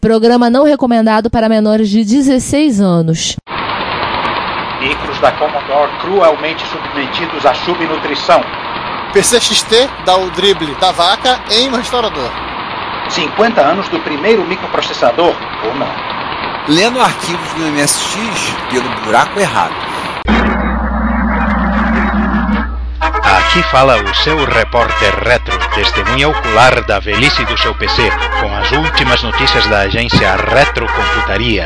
Programa não recomendado para menores de 16 anos. Micros da Commodore cruelmente submetidos à subnutrição. PCXT dá o drible da vaca em um restaurador. 50 anos do primeiro microprocessador, ou não. Lendo arquivos do MSX pelo buraco errado. Aqui fala o seu repórter retro, testemunha ocular da velhice do seu PC, com as últimas notícias da agência Retrocomputaria.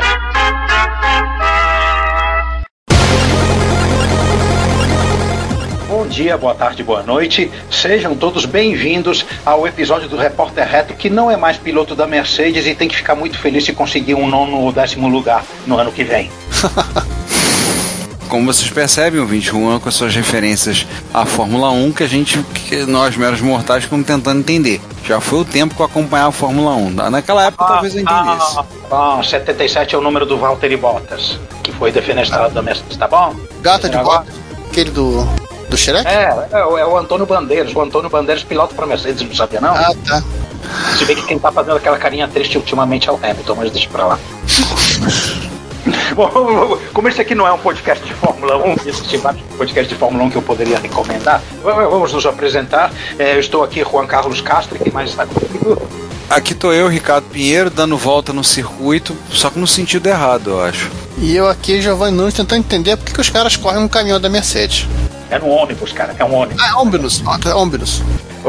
Bom dia, boa tarde, boa noite. Sejam todos bem-vindos ao episódio do Repórter Retro, que não é mais piloto da Mercedes e tem que ficar muito feliz se conseguir um 9º ou 10º lugar no ano que vem. Como vocês percebem, o 21 com as suas referências à Fórmula 1 que nós, meros mortais, ficamos tentando entender. Já foi o tempo que eu acompanhava a Fórmula 1. Naquela época talvez eu entendesse. 77 é o número do Valtteri Bottas, que foi defenestrado da Mercedes, tá bom? Gata de Bottas? Aquele do Shrek? É o Antônio Bandeiras. O Antônio Bandeiras pilota pra Mercedes, não sabia não? Ah, tá. Se bem que quem tá fazendo aquela carinha triste ultimamente é o Hamilton, mas deixa pra lá. Bom, como esse aqui não é um podcast de Fórmula 1, existem vários podcasts de Fórmula 1 que eu poderia recomendar, vamos nos apresentar. Eu estou aqui, Juan Carlos Castro, quem mais está comigo? Aqui estou eu, Ricardo Pinheiro, dando volta no circuito, só que no sentido errado, eu acho. E eu aqui, Giovanni Nunes, tentando entender por que os caras correm um caminhão da Mercedes. É no ônibus, cara, é um ônibus. É ônibus, é ônibus.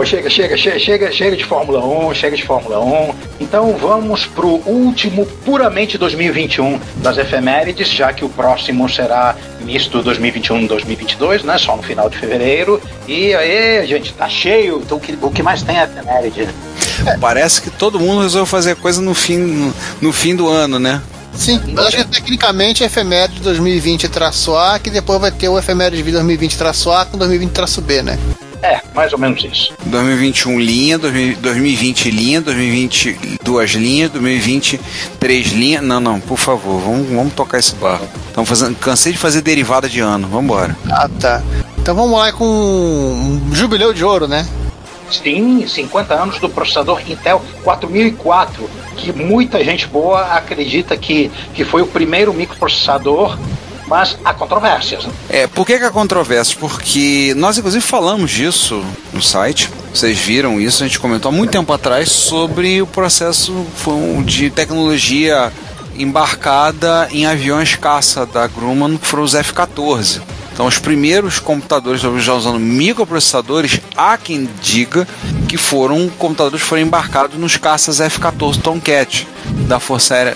Chega de Fórmula 1, chega de Fórmula 1. Então vamos pro último puramente 2021 das efemérides, já que o próximo será misto 2021-2022, né? Só no final de fevereiro. E aí, gente, tá cheio. Então, o que mais tem é efeméride. Parece que todo mundo resolveu fazer coisa no fim do ano, né? Sim, mas acho que tecnicamente é efeméride de 2020-A, que depois vai ter o efeméride de 2020-A com 2020-B, né? É, mais ou menos isso. 2021 linha, 2020 linha, 2020 duas linhas, 2020 três linhas. Não, por favor, vamos tocar esse barco. Cansei de fazer derivada de ano, vamos embora. Ah, tá. Então vamos lá com um jubileu de ouro, né? Sim, 50 anos do processador Intel 4004, que muita gente boa acredita que foi o primeiro microprocessador, mas há controvérsias. Né? Por que há controvérsias? Porque nós inclusive falamos disso no site, vocês viram isso, a gente comentou há muito tempo atrás sobre o processo de tecnologia embarcada em aviões caça da Grumman, que foram os F-14. Então, os primeiros computadores já usando microprocessadores, há quem diga que computadores foram embarcados nos caças F-14 Tomcat da Força Aérea,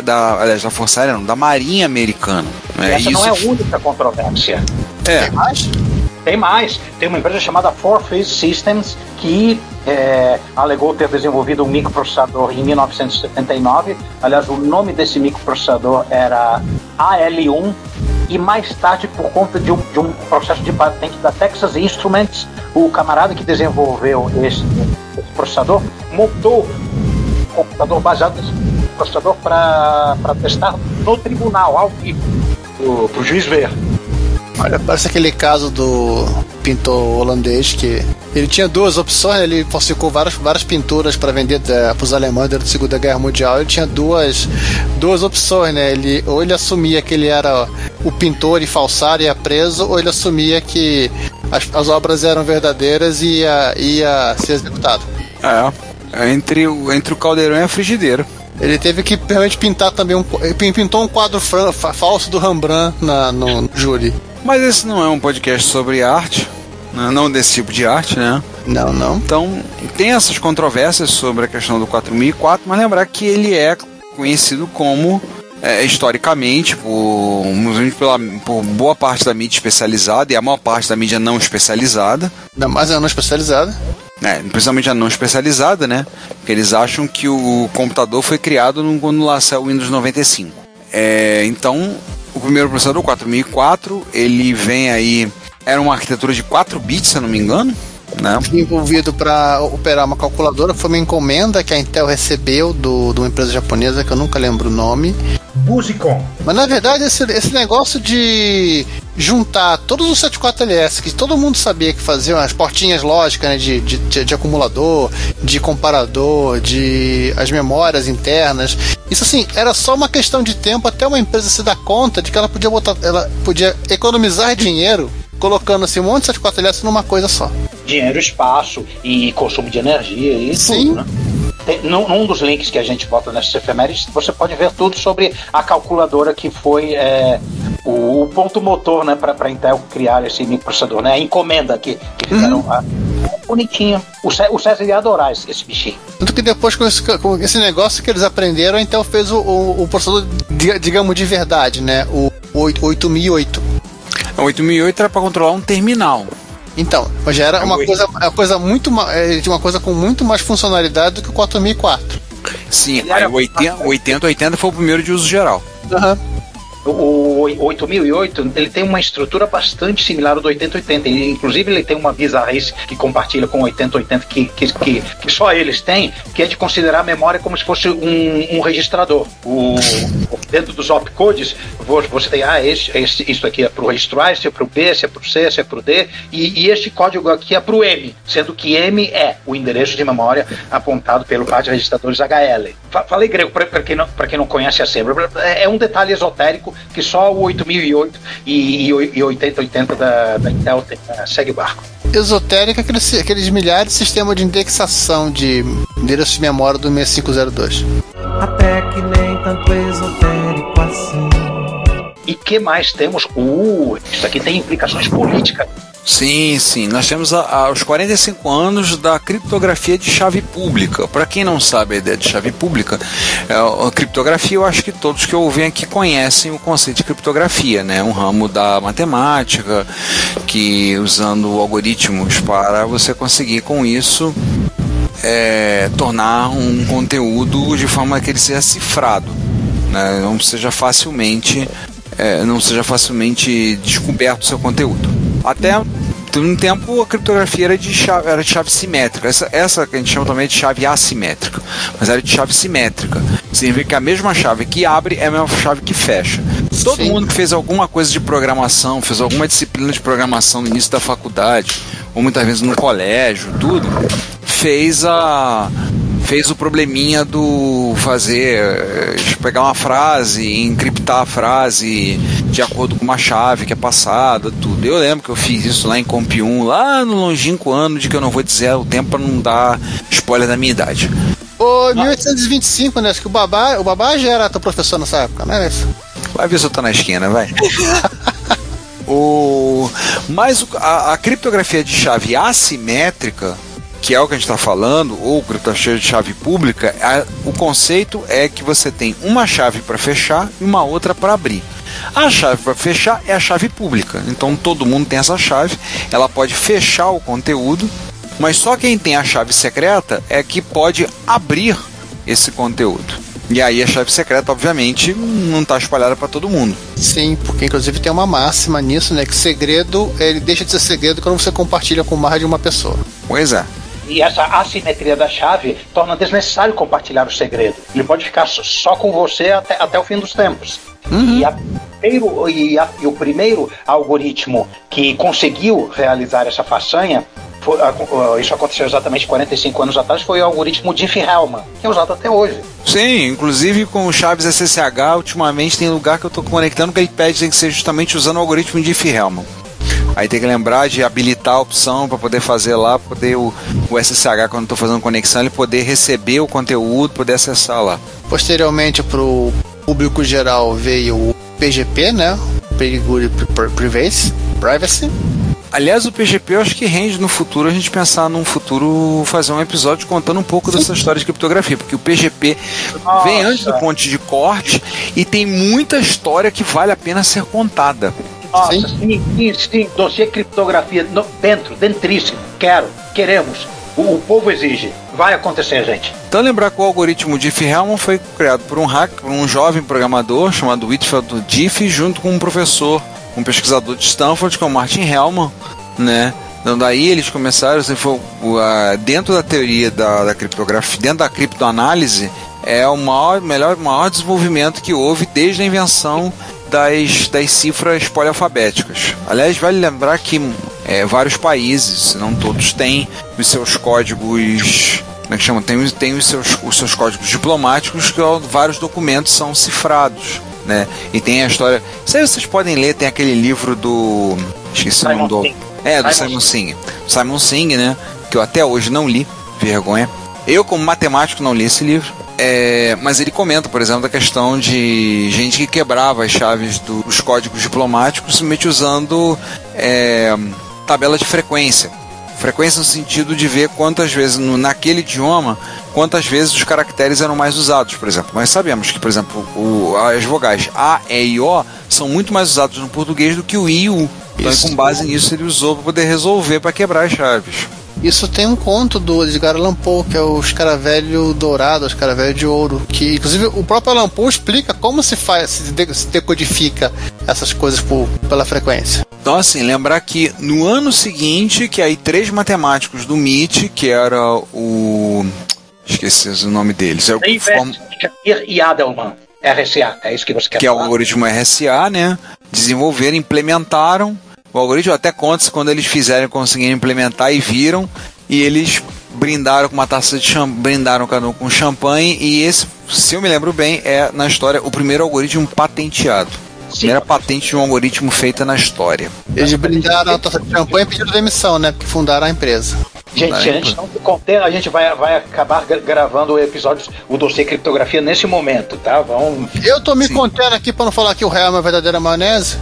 da Marinha Americana. Essa não é a única controvérsia. Tem mais? Tem mais. Tem uma empresa chamada Forphase Systems que alegou ter desenvolvido um microprocessador em 1979. Aliás, o nome desse microprocessador era AL1. E mais tarde, por conta de um processo de patente da Texas Instruments, o camarada que desenvolveu esse processador montou um computador baseado nesse processador para testar no tribunal, ao vivo, para o juiz ver. Olha, parece aquele caso do pintor holandês que ele tinha duas opções, ele falsificou várias pinturas para vender para os alemães durante a Segunda Guerra Mundial. Ele tinha duas opções, né? Ou ele assumia que ele era o pintor e falsar e ia preso, ou ele assumia que as obras eram verdadeiras e ia ser executado. Entre o caldeirão e a frigideira. Ele teve que realmente pintar também ele pintou um quadro falso do Rembrandt no júri. Mas esse não é um podcast sobre arte, né? Não desse tipo de arte, né? Não. Então, tem essas controvérsias sobre a questão do 4004, mas lembrar que ele é conhecido como, historicamente, por boa parte da mídia especializada e a maior parte da mídia não especializada. Ainda mais a não especializada. Principalmente a não especializada, né? Porque eles acham que o computador foi criado quando lançou o Windows 95. Então, o primeiro processador, o 4004, ele vem aí... Era uma arquitetura de 4 bits, se eu não me engano, né? Envolvido para operar uma calculadora, foi uma encomenda que a Intel recebeu de uma empresa japonesa, que eu nunca lembro o nome. Busicom. Mas na verdade esse negócio de juntar todos os 74LS que todo mundo sabia que faziam, as portinhas lógicas, né, de acumulador, de comparador, de as memórias internas. Isso assim, era só uma questão de tempo até uma empresa se dar conta de que ela podia economizar dinheiro colocando assim, um monte de 74LS numa coisa só. Dinheiro, espaço e consumo de energia e Sim. tudo, né? Num dos links que a gente bota nessas efemérides, você pode ver tudo sobre a calculadora que foi o ponto motor, né, para a Intel criar esse microprocessador, né? A encomenda que fizeram bonitinho. O César ia adorar esse bichinho. Tanto que depois com esse negócio que eles aprenderam, a Intel fez o processador, digamos, de verdade, né? O 8008. O 8008 era para controlar um terminal. Então, já era uma coisa muito uma coisa com muito mais funcionalidade do que o 4004. Sim, aí o 8080 foi o primeiro de uso geral. O 8008 ele tem uma estrutura bastante similar ao do 8080. Inclusive ele tem uma bizarrice que compartilha com o 8080 que só eles têm, que é de considerar a memória como se fosse um registrador. Dentro dos opcodes você tem isso aqui é para o registro A, esse é para o B, esse é para o C, esse é para o D, e este código aqui é para o M, sendo que M é o endereço de memória apontado pelo par de registradores HL. Falei grego para quem não conhece a assembly. É um detalhe esotérico que só o 8008 e 8080 da Intel segue o barco. Esotérico é aqueles milhares de sistemas de indexação de endereço de memória do 6502. Até que nem tanto esotérico assim. E que mais temos? Isso aqui tem implicações políticas. Sim, nós temos os 45 anos da criptografia de chave pública. Para quem não sabe a ideia de chave pública, a criptografia, eu acho que todos que ouvem aqui conhecem o conceito de criptografia, né? Um ramo da matemática que, usando algoritmos para você conseguir com isso tornar um conteúdo de forma que ele seja cifrado, né? Não seja facilmente descoberto o seu conteúdo. Até um tempo a criptografia era de chave simétrica. Essa que a gente chama também de chave assimétrica, mas era de chave simétrica. Significa que a mesma chave que abre é a mesma chave que fecha. Todo mundo que fez alguma coisa de programação, fez alguma disciplina de programação no início da faculdade, ou muitas vezes no colégio, tudo, fez o probleminha do pegar uma frase e encriptar a frase de acordo com uma chave que é passada, tudo. Eu lembro que eu fiz isso lá em Comp 1, lá no longínquo ano de que eu não vou dizer o tempo para não dar spoiler da minha idade. 1825, né? Acho que o babá já era teu professor nessa época, né? Vai ver se eu tô na esquina, vai. Mas a criptografia de chave assimétrica, que é o que a gente está falando, ou criptografia de chave pública, o conceito é que você tem uma chave para fechar e uma outra para abrir. A chave para fechar é a chave pública, então todo mundo tem essa chave, ela pode fechar o conteúdo, mas só quem tem a chave secreta é que pode abrir esse conteúdo. E aí a chave secreta, obviamente, não está espalhada para todo mundo. Sim, porque inclusive tem uma máxima nisso, né? Que segredo, ele deixa de ser segredo quando você compartilha com mais de uma pessoa. Pois é. E essa assimetria da chave torna desnecessário compartilhar o segredo. Ele pode ficar só com você até o fim dos tempos. E o primeiro algoritmo que conseguiu realizar essa façanha, isso aconteceu exatamente 45 anos atrás, foi o algoritmo Diffie-Hellman, que é usado até hoje. Sim, inclusive com chaves SSH, ultimamente tem lugar que eu estou conectando que ele pede que seja justamente usando o algoritmo Diffie-Hellman. Aí tem que lembrar de habilitar a opção para poder fazer lá, poder o SSH, quando estou fazendo conexão, ele poder receber o conteúdo, poder acessar lá. Posteriormente, para o público geral, veio o PGP, né? Privacy. Aliás, o PGP eu acho que rende no futuro, a gente pensar num futuro, fazer um episódio contando um pouco dessa história de criptografia, porque o PGP vem antes do ponto de corte e tem muita história que vale a pena ser contada. Nossa, sim, dossiê criptografia dentríssimo. Queremos. O povo exige. Vai acontecer, gente. Então lembrar que o algoritmo Diffie-Hellman foi criado por um jovem programador chamado Whitfield Diffie, junto com um professor, um pesquisador de Stanford, que é o Martin Hellman, né? Então daí eles começaram, dentro da teoria da criptografia, dentro da criptoanálise, é o maior desenvolvimento que houve desde a invenção das cifras polialfabéticas. Aliás, vale lembrar que vários países, se não todos, têm os seus códigos. Como é que chama? Tem os seus códigos diplomáticos, que vários documentos são cifrados, né? E tem a história. Isso aí vocês podem ler, tem aquele livro do. Esqueci o nome do. Do Simon Singh. Simon Singh, né? Que eu até hoje não li, vergonha. Eu, como matemático, não li esse livro. Mas ele comenta, por exemplo, da questão de gente que quebrava as chaves dos códigos diplomáticos simplesmente usando tabela de frequência. Frequência no sentido de ver quantas vezes, naquele idioma, quantas vezes os caracteres eram mais usados, por exemplo. Nós sabemos que, por exemplo, as vogais A, E e O são muito mais usados no português do que o I e o U. Então, com base nisso, ele usou para poder resolver, para quebrar as chaves. Isso tem um conto do Edgar Allan Poe, que é o Escaravelho Dourado, o Escaravelho de Ouro, que inclusive o próprio Allan Poe explica como se decodifica essas coisas pela frequência. Então, assim, lembrar que no ano seguinte, que aí 3 matemáticos do MIT, que era o... esqueci o nome deles. E Adelman, RSA, é isso que você quer falar? Que é o algoritmo RSA, né? Desenvolveram, implementaram. O algoritmo até conta quando eles conseguiram implementar e viram, e eles brindaram com uma taça de brindaram com champanhe, e esse, se eu me lembro bem, na história o primeiro algoritmo patenteado. A primeira patente de um algoritmo feita na história. Eles brindaram a taça de champanhe e pediram demissão, né? Porque fundaram a empresa. Gente, se a gente não se conter, a gente vai acabar gravando o dossiê criptografia nesse momento, tá? Eu tô me contendo aqui pra não falar que o real é uma verdadeira maionese.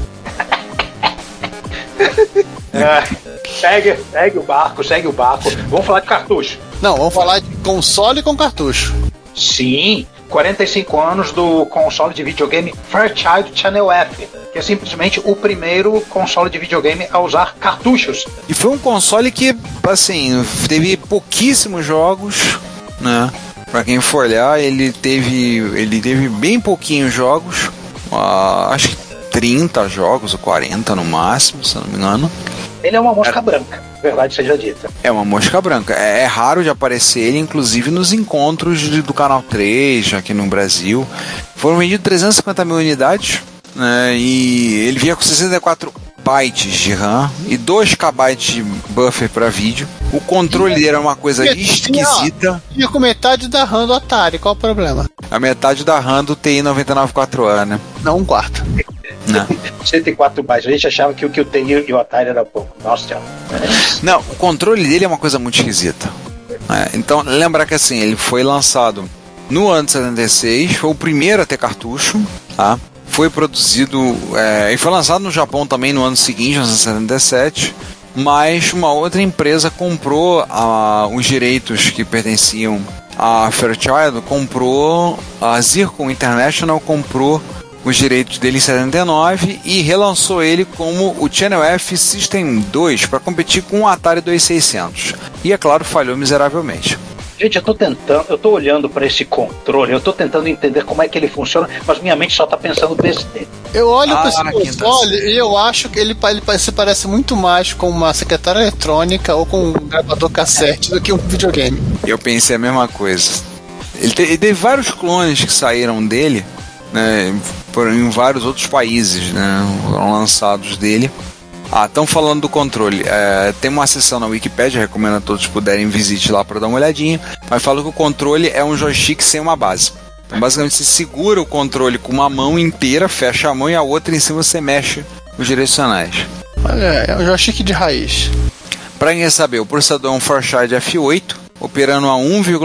Segue o barco. Vamos falar de cartucho. Não, vamos falar de console com cartucho. Sim, 45 anos do console de videogame Fairchild Channel F, que é simplesmente o primeiro console de videogame a usar cartuchos. E foi um console que, assim, teve pouquíssimos jogos, né? Pra quem for olhar, ele teve bem pouquinhos jogos, acho que 30 jogos ou 40 no máximo, se eu não me engano. Ele é uma mosca branca, verdade seja dita. É uma mosca branca. É raro de aparecer ele, inclusive nos encontros do Canal 3, aqui no Brasil. Foram vendidos 350 mil unidades, né, e ele vinha com 64 bytes de RAM e 2 KB de buffer para vídeo. O controle dele era uma coisa esquisita. Tinha com metade da RAM do Atari, qual o problema? A metade da RAM do TI 9940A, né? Não, um quarto. Não. 104 bytes. A gente achava que o TI e o Atari era pouco. Nossa, não, o controle dele é uma coisa muito esquisita. Então, lembra que assim, ele foi lançado no ano de 76, foi o primeiro a ter cartucho, tá? Foi produzido e foi lançado no Japão também no ano seguinte, em 1977, mas uma outra empresa comprou os direitos que pertenciam à Fairchild, a Zircon International comprou os direitos dele em 79 e relançou ele como o Channel F System 2 para competir com o Atari 2600. E, é claro, falhou miseravelmente. Gente, eu tô olhando para esse controle, eu tô tentando entender como é que ele funciona, mas minha mente só tá pensando besteira. Eu olho para esse console e eu acho que ele se parece muito mais com uma secretária eletrônica ou com um gravador cassete do que um videogame. Eu pensei a mesma coisa. Ele teve vários clones que saíram dele, né, em vários outros países, né, foram lançados dele. Estão falando do controle. Tem uma seção na Wikipedia, recomendo a todos puderem visitar lá para dar uma olhadinha. Mas fala que o controle é um joystick sem uma base. Então, basicamente, você segura o controle com uma mão inteira, fecha a mão e a outra em cima você mexe os direcionais. Olha, é um joystick de raiz. Para quem saber, o processador é um Fairchild F8, operando a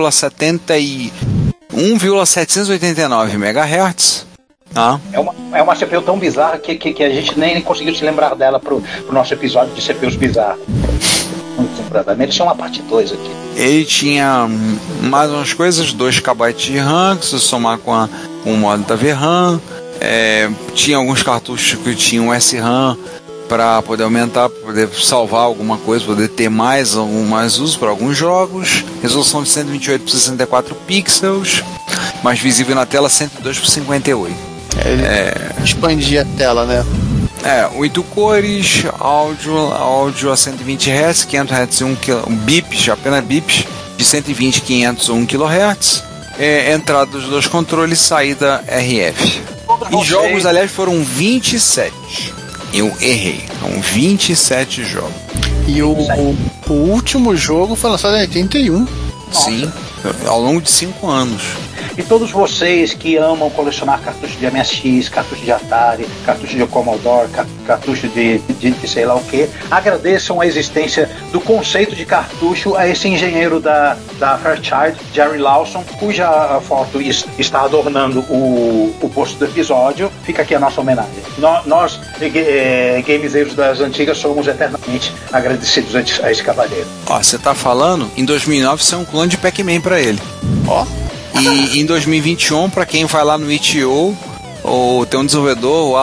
1,789 MHz. É uma CPU tão bizarra que a gente nem conseguiu se lembrar dela pro nosso episódio de CPUs bizarros. Eles são uma parte 2 aqui. Ele tinha mais umas coisas, 2 KB de RAM, que se somar com o modo da VRAM. Tinha alguns cartuchos que tinham SRAM para poder aumentar, para poder salvar alguma coisa, poder ter mais uso para alguns jogos. Resolução de 128 por 64 pixels, mais visível na tela 102 por 58. Expandia a tela, né? 8 cores, áudio a 120 Hz, 500 Hz e 1 bips, apenas bips, de 120, 500 ou 1 kHz. Entrada dos 2 controles, saída RF. E jogos, aliás, foram 27. Eu errei. São 27 jogos. E o último jogo foi lançado em 81. Sim, ao longo de 5 anos. E todos vocês que amam colecionar cartuchos de MSX, cartuchos de Atari, cartuchos de Commodore, cartuchos de sei lá o que, agradeçam a existência do conceito de cartucho a esse engenheiro da Fairchild, Jerry Lawson, cuja foto está adornando o post do episódio. Fica aqui a nossa homenagem. Nós gamezeiros das antigas, somos eternamente agradecidos a esse cavaleiro. Ó, você tá falando, em 2009 você é um clone de Pac-Man pra ele. Ó. E em 2021, para quem vai lá no itch.io, ou tem um desenvolvedor,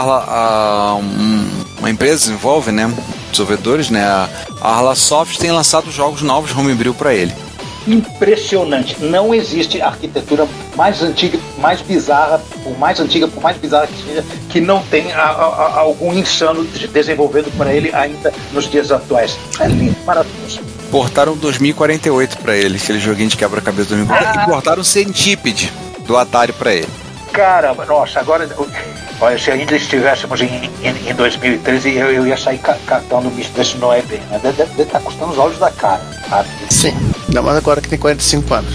uma empresa desenvolve, né? Desenvolvedores, né? A Arla Soft tem lançado jogos novos homebrew para ele. Impressionante. Não existe arquitetura mais antiga, mais bizarra, por mais bizarra que seja, que não tem algum insano desenvolvido para ele ainda nos dias atuais. É lindo, maravilhoso. Portaram 2048 pra ele, aquele joguinho de quebra-cabeça 2048, e portaram Centipede do Atari pra ele. Caramba, nossa, agora, olha, se ainda estivéssemos em 2013, eu ia sair catando um bicho desse no eBay, né? Deve estar custando os olhos da cara, sabe? Sim, ainda mais agora que tem 45 anos.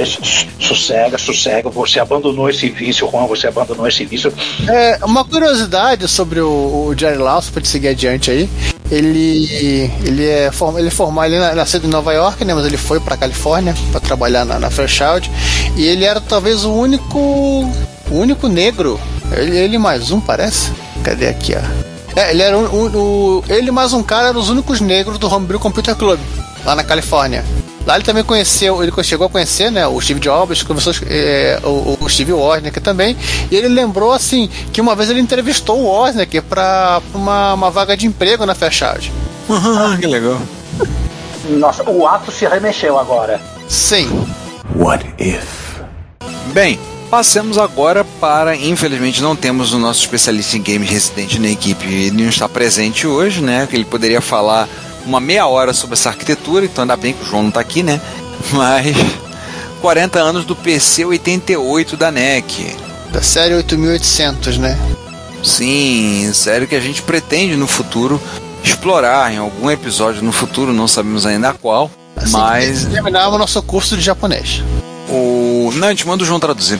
Sossega, você abandonou esse vício, Juan, você abandonou esse vício. Uma curiosidade sobre o Jerry Lawson, pra te seguir adiante aí, ele é formado, ele nasceu em Nova York, né, mas ele foi pra Califórnia pra trabalhar na Fairchild, e ele era talvez o único negro, ele mais um, parece? Cadê aqui, ó? Ele era ele mais um cara eram os únicos negros do Homebrew Computer Club, lá na Califórnia. Lá ele também chegou a conhecer, né, o Steve Jobs, conversou o Steve Wozniak também, e ele lembrou assim que uma vez ele entrevistou o Wozniak para uma vaga de emprego na Fairchild. Que legal. Nossa, o ato se remexeu agora. Sim. What if? Bem, passemos agora para, infelizmente não temos o nosso especialista em games residente na equipe, ele não está presente hoje, né, que ele poderia falar uma meia hora sobre essa arquitetura, então ainda bem que o João não tá aqui, né? Mas 40 anos do PC 88 da NEC. Da série 8800, né? Sim, série que a gente pretende no futuro explorar em algum episódio no futuro, não sabemos ainda qual, assim, mas... terminar o nosso curso de japonês. Não, a gente manda o João traduzir.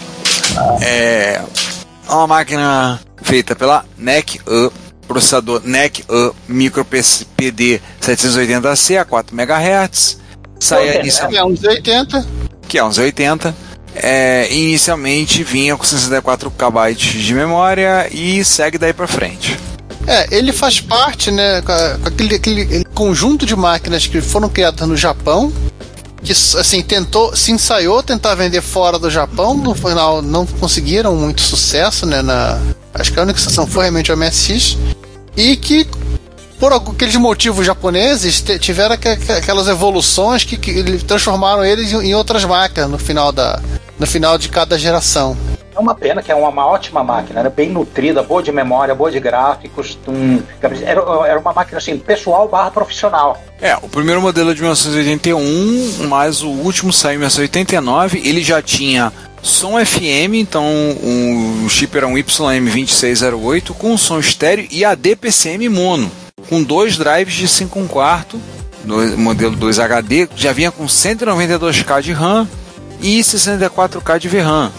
É uma máquina feita pela NEC, processador NEC micro PD 780C a 4 MHz. Saia uns 80. Que é uns 80. Inicialmente vinha com 64 KB de memória e segue daí pra frente. Ele faz parte, né, com aquele conjunto de máquinas que foram criadas no Japão, que assim ensaiou tentar vender fora do Japão, no final não conseguiram muito sucesso, né, acho que a única exceção foi realmente o MSX, e que por aqueles motivos japoneses tiveram aquelas evoluções que transformaram eles em outras máquinas no final de cada geração. É uma pena que é uma ótima máquina, era bem nutrida, boa de memória, boa de gráficos. Era uma máquina assim, pessoal / profissional. O primeiro modelo é de 1981, mas o último saiu em 1989. Ele já tinha som FM, então o chip era um YM2608 com som estéreo e AD-PCM mono, com 2 drives de 5/4, modelo 2HD, já vinha com 192K de RAM e 64K de VRAM,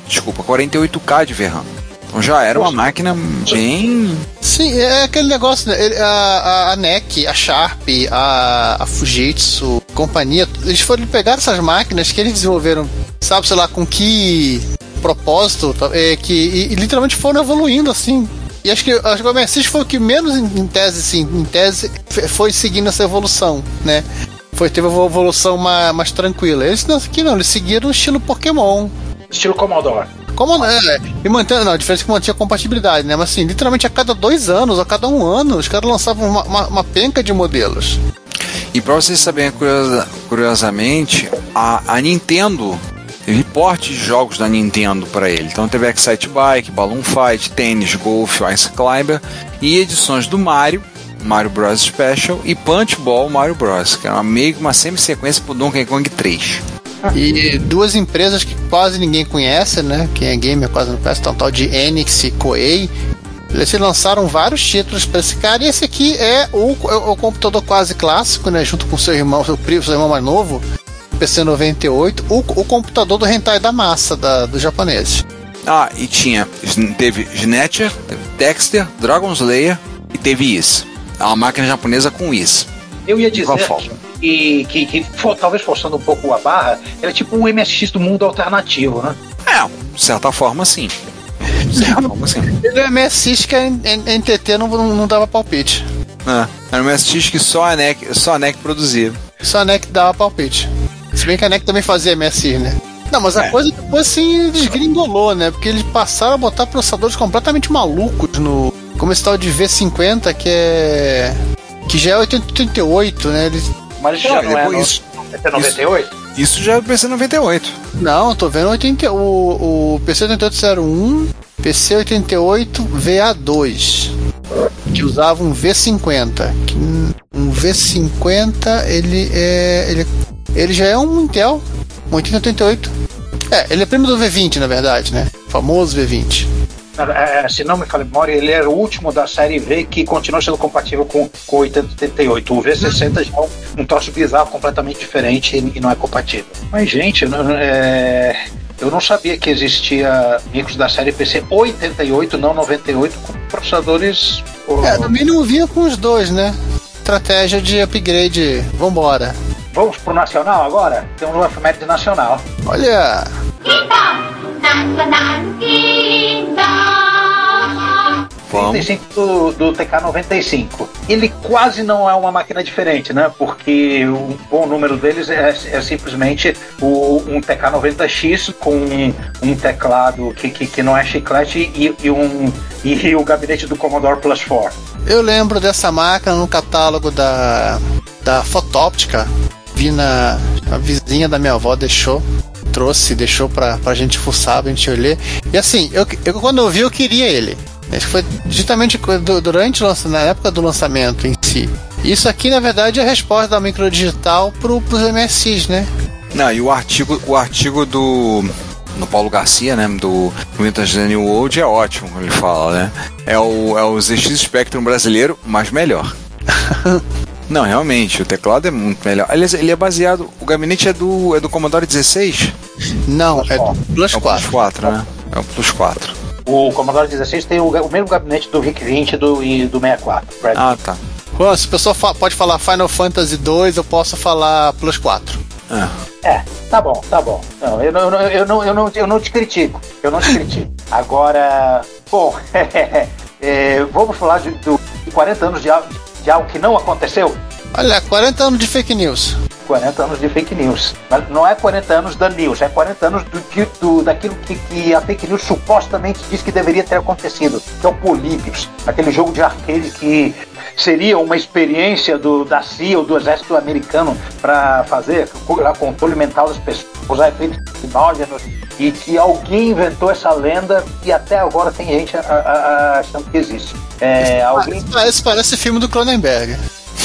48K de VRAM. Então já era uma máquina bem... Sim, é aquele negócio, né? A NEC, a Sharp, a Fujitsu, companhia, eles pegaram essas máquinas que eles desenvolveram, sabe, sei lá, com que propósito, e literalmente foram evoluindo assim. E acho que o MSX foi o que menos, em tese, foi seguindo essa evolução, né? Teve uma evolução mais tranquila. Eles seguiram o estilo Pokémon. Estilo Commodore. E mantendo, a diferença é que mantinha compatibilidade, né? Mas assim, literalmente a cada 2 anos, a cada 1 ano, os caras lançavam uma penca de modelos. E pra vocês saberem, curiosamente, a Nintendo teve porte de jogos da Nintendo para ele. Então teve Excite Bike, Balloon Fight, Tênis, Golf, Ice Climber e edições do Mario Bros. Special e Punch Ball Mario Bros., que era meio que uma semi-sequência pro Donkey Kong 3. E duas empresas que quase ninguém conhece, né? Quem é gamer quase não conhece, tal de Enix e Koei. Eles lançaram vários títulos para esse cara, e esse aqui é o computador quase clássico, né? Junto com seu irmão mais novo, PC 98, o computador do hentai da massa dos japoneses. Ah, e teve Snatcher, teve Dexter, Dragon Slayer e teve Is. É uma máquina japonesa com Is. Eu ia dizer que talvez forçando um pouco a barra, era tipo um MSX do mundo alternativo, né? De certa forma, sim. Ele é MSX que a NTT não dava palpite. Era um MSX que só a NEC produzia. Só a NEC dava palpite. Se bem que a NEC também fazia MSX, né? Não, mas a coisa depois assim desgringolou, né? Porque eles passaram a botar processadores completamente malucos no. Como esse tal de V50, que já é 8088, né? Mas já não é isso. É 98? Isso já é o PC 98. Não, eu tô vendo o PC 8801, PC 88 VA2, que usava um V50. Um V50, ele já é um Intel, um 8088. Ele é primo do V20, na verdade, né? O famoso V20. Se não me falha a memória, ele era o último da série V que continua sendo compatível com o 8088. O V60 já é um troço bizarro, completamente diferente e não é compatível. Mas, gente, eu não sabia que existia micros da série PC 88, não 98, com processadores... Também não vinha com os dois, né? Estratégia de upgrade, vambora. Vamos pro nacional agora? Temos um efeméride nacional. Olha... 35 do TK-95. Ele quase não é uma máquina diferente, né? Porque o bom número deles é simplesmente um TK-90X com um teclado que não é chiclete e o gabinete do Commodore Plus 4. Eu lembro dessa máquina no catálogo da Fotóptica. Vi a vizinha da minha avó deixou pra gente fuçar, pra gente ler. E assim, eu quando eu vi, eu queria ele. Acho que foi justamente na época do lançamento em si. Isso aqui, na verdade, é a resposta da microdigital pros MSX, né? Não, e o artigo do Paulo Garcia, né, do Vintage New World é ótimo, ele fala, né? É o ZX Spectrum brasileiro, mas melhor. Não, realmente, o teclado é muito melhor. Aliás, ele é baseado... O gabinete é do Commodore 16? Não, é do Plus 4. É o Plus 4, né? É o Plus 4. O Commodore 16 tem o mesmo gabinete do VIC-20 e do 64. Tá. Juan, se a pessoa pode falar Final Fantasy 2, eu posso falar Plus 4. Tá bom. Não, eu não te critico. Agora, bom, vamos falar de 40 anos de algo que não aconteceu? Olha, 40 anos de fake news. 40 anos de fake news. Mas não é 40 anos da news, é 40 anos daquilo que a fake news supostamente diz que deveria ter acontecido, que é o Polybius, aquele jogo de arcade que seria uma experiência da CIA ou do exército americano para fazer controle mental das pessoas, usar efeitos alucinógenos, e que alguém inventou essa lenda e até agora tem gente achando que existe. Parece filme do Cronenberg.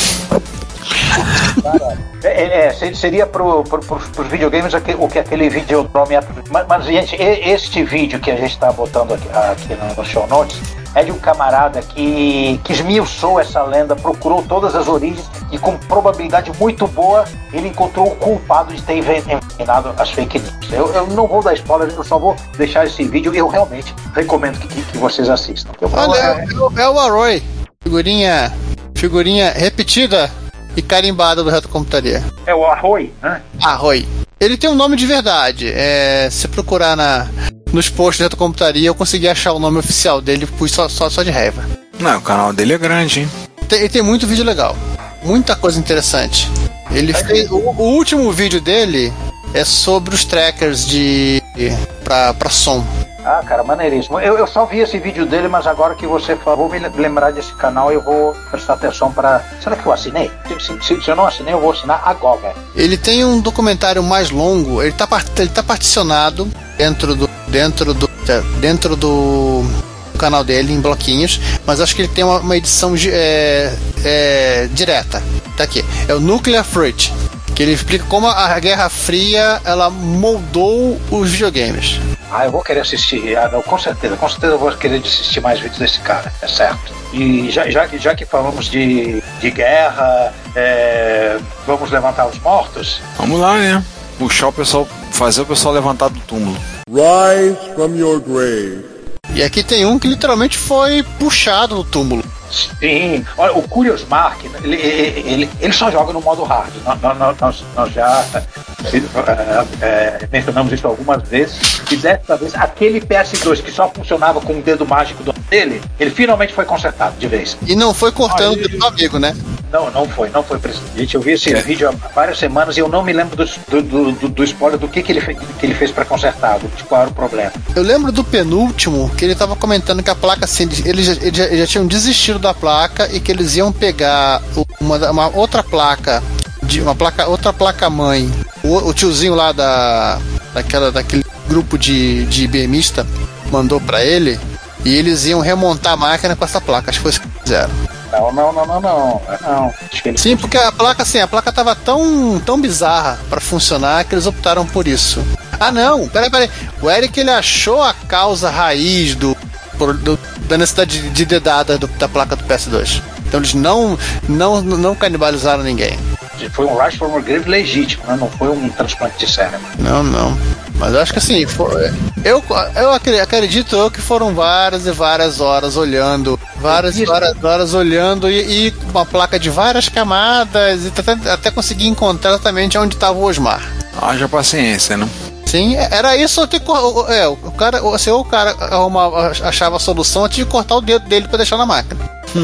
Seria pros videogames o que aquele Videodrome é. Mas, gente, este vídeo que a gente está botando aqui no show notes é de um camarada que esmiuçou essa lenda, procurou todas as origens e, com probabilidade muito boa, ele encontrou o culpado de ter envenenado as fake news. Eu não vou dar spoiler, eu só vou deixar esse vídeo e eu realmente recomendo que vocês assistam. É o Arroy, figurinha repetida e carimbada do Retro Computaria. É o Arroy, né? Arroy. Ele tem um nome de verdade. Se procurar nos posts do Retro Computaria, eu consegui achar o nome oficial dele só de raiva. Não, o canal dele é grande, hein? Ele tem muito vídeo legal. Muita coisa interessante. Ele fez... O último vídeo dele é sobre os trackers pra som. Ah, cara, maneiríssimo. Eu só vi esse vídeo dele, mas agora que você falou, vou me lembrar desse canal e eu vou prestar atenção para... Será que eu assinei? Se eu não assinei, eu vou assinar agora. Ele tem um documentário mais longo, ele tá particionado dentro do canal dele em bloquinhos, mas acho que ele tem uma edição direta. Tá aqui. É o Nuclear Fruit, Que ele explica como a Guerra Fria ela moldou os videogames. Eu vou querer assistir. Não, com certeza eu vou querer assistir mais vídeos desse cara, é certo. E já que falamos de guerra, vamos levantar os mortos? Vamos lá, né? Puxar o pessoal, fazer o pessoal levantar do túmulo. Rise from your grave. E aqui tem um que literalmente foi puxado do túmulo. Sim, olha, o Curious Mark, ele só joga no modo hard. Nós já mencionamos isso algumas vezes. E dessa vez, aquele PS2 que só funcionava com o dedo mágico dele, ele finalmente foi consertado de vez. E não foi cortando o dedo do amigo, né? Não foi presidente. Eu vi esse vídeo há várias semanas e eu não me lembro do spoiler do que ele fez para consertar, de qual era o problema. Eu lembro do penúltimo, que ele tava comentando que a placa, assim, eles já tinham desistido da placa e que eles iam pegar uma outra placa, outra placa mãe, o tiozinho lá daquele grupo de IBMista mandou pra ele, e eles iam remontar a máquina com essa placa. Acho que foi isso que fizeram. Não. Sim, porque a placa tava tão bizarra pra funcionar que eles optaram por isso. Não, peraí. O Eric, ele achou a causa raiz da necessidade de dedada da placa do PS2. Então eles não canibalizaram ninguém. Foi um Rise from a Grave legítimo, né? Não foi um transplante de cérebro. Não. Mas eu acho que assim, eu acredito que foram várias e várias horas olhando. Várias horas olhando e uma placa de várias camadas e até conseguir encontrar exatamente onde estava o Osmar. Haja paciência, né? Sim, era isso. O cara achava a solução antes de cortar o dedo dele para deixar na máquina.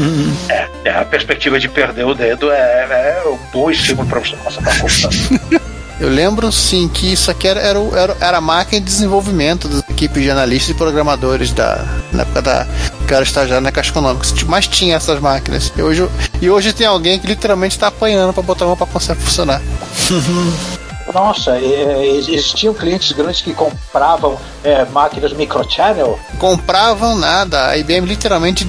A perspectiva de perder o dedo é um bom estímulo para você começar a cortar. Eu lembro sim que isso aqui era a máquina de desenvolvimento das equipes de analistas e programadores na época que era estagiário na Caixa Econômica. Mas tinha essas máquinas. E hoje tem alguém que literalmente está apanhando para botar uma para funcionar. Nossa, existiam clientes grandes que compravam máquinas microchannel? Compravam nada. A IBM literalmente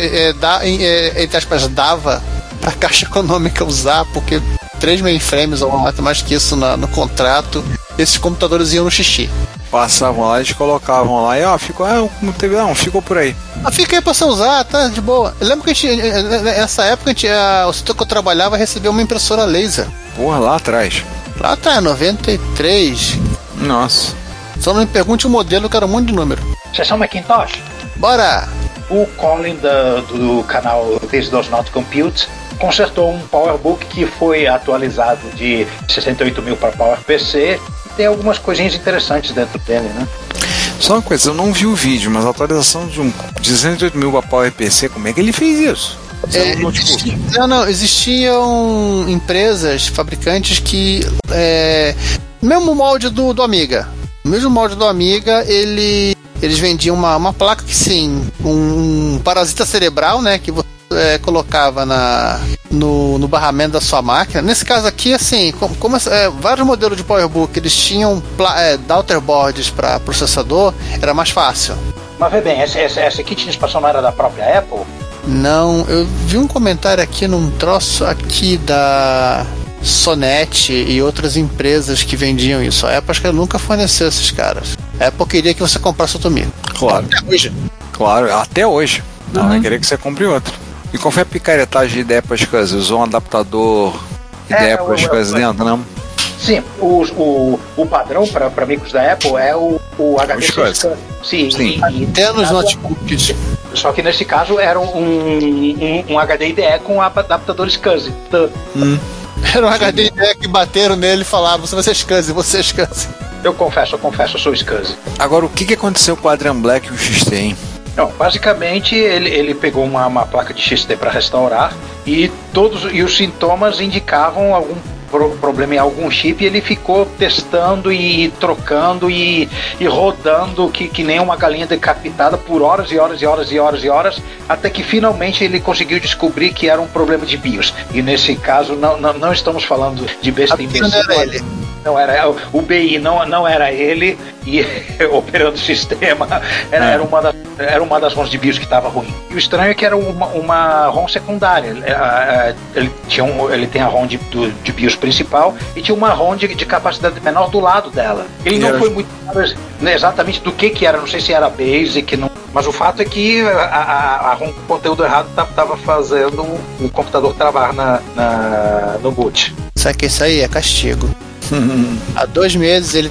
dava para a Caixa Econômica usar, porque 3 mainframes ou mais que isso no contrato, esses computadores iam no xixi. Passavam lá, eles colocavam lá e ficou por aí. Fica aí pra você usar, tá de boa. Eu lembro que nessa época o setor que eu trabalhava recebeu uma impressora laser. Porra, lá atrás. Lá atrás, 93. Nossa. Só não me pergunte o modelo, que era um monte de número. Sessão Macintosh? Bora! O Colin do canal This Does Not Compute consertou um PowerBook que foi atualizado de 68.000 para PowerPC. Tem algumas coisinhas interessantes dentro dele, né? Só uma coisa, eu não vi o vídeo, mas a atualização de 68.000 para PowerPC, como é que ele fez isso? Existiam empresas, fabricantes que mesmo molde do Amiga. O mesmo molde do Amiga, eles vendiam uma placa que sim, um parasita cerebral, né, que você colocava no barramento da sua máquina. Nesse caso aqui, assim, vários modelos de PowerBook, eles tinham daughterboards para processador, era mais fácil. Mas vê bem, essa kit de expansão não era da própria Apple? Não, eu vi um comentário aqui num troço aqui da Sonet e outras empresas que vendiam isso. A Apple acho que nunca forneceu esses caras. A Apple queria que você comprasse outro micro. Claro. Até hoje. Claro, até hoje. Não vai querer que você compre outro. E qual foi a picaretagem de ideia para as coisas? Usou um adaptador ideia para as coisas dentro, não? Sim, o padrão para micros da Apple é o HD. Sim. Até nos notebooks. Só que nesse caso era um HD IDE com adaptador SCSI. Era um HD IDE que bateram nele e falavam: você é SCSI. Eu confesso, eu sou SCSI. Agora, o que aconteceu com o Adrian Black e o XT, hein? Não, basicamente ele pegou uma placa de XT para restaurar e os sintomas indicavam algum problema em algum chip, e ele ficou testando e trocando e rodando que nem uma galinha decapitada por horas e horas, até que finalmente ele conseguiu descobrir que era um problema de BIOS. E nesse caso não estamos falando de besta imbecil. Não era o BI, não era ele e operando o sistema. Era uma das ROMs de BIOS que estava ruim. E o estranho é que era uma ROM secundária. Ele tem a ROM de BIOS principal e tinha uma ROM de capacidade menor do lado dela. Ele não foi muito claro exatamente do que era, não sei se era BASIC, não. Mas o fato é que a ROM com conteúdo errado estava fazendo o computador travar no boot. Só que isso aí é castigo. Há 2 meses ele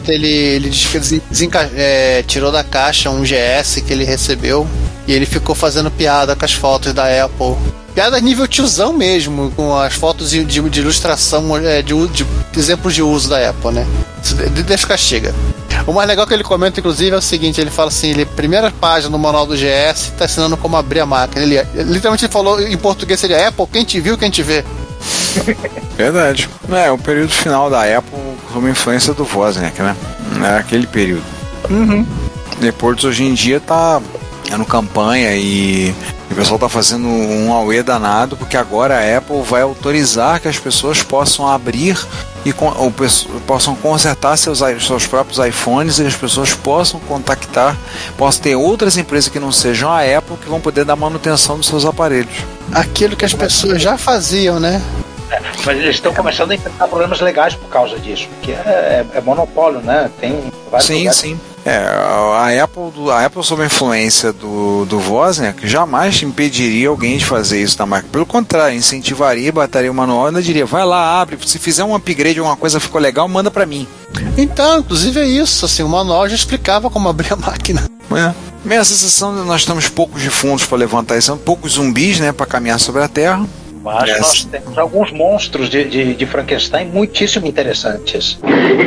tirou da caixa um GS que ele recebeu e ele ficou fazendo piada com as fotos da Apple. Piada nível tiozão mesmo, com as fotos de ilustração, de exemplos de uso da Apple, né? Deixa castiga. O mais legal que ele comenta, inclusive, é o seguinte: ele fala assim, primeira página do manual do GS, tá ensinando como abrir a máquina. Ele literalmente falou em português, seria Apple, quem te viu, quem te vê. Verdade. O período final da Apple sob influência do Wozniak, né? É aquele período. Depois, hoje em dia, tá no campanha e o pessoal tá fazendo um auê danado, porque agora a Apple vai autorizar que as pessoas possam abrir e possam consertar seus próprios iPhones, e as pessoas possam ter outras empresas que não sejam a Apple que vão poder dar manutenção dos seus aparelhos. Aquilo que as pessoas já faziam, né? Mas eles estão começando a enfrentar problemas legais por causa disso, porque é monopólio, né? Tem vários lugares. Sim. A Apple sob a influência do Wozniak jamais impediria alguém de fazer isso na máquina. Pelo contrário, incentivaria, bateria o manual e ainda diria, vai lá, abre, se fizer um upgrade, alguma coisa ficou legal, manda pra mim. Então, inclusive é isso, assim, o manual já explicava como abrir a máquina. Minha sensação é que nós temos poucos defuntos para levantar isso, poucos zumbis, né, para caminhar sobre a Terra. Mas nós temos alguns monstros de Frankenstein muitíssimo interessantes.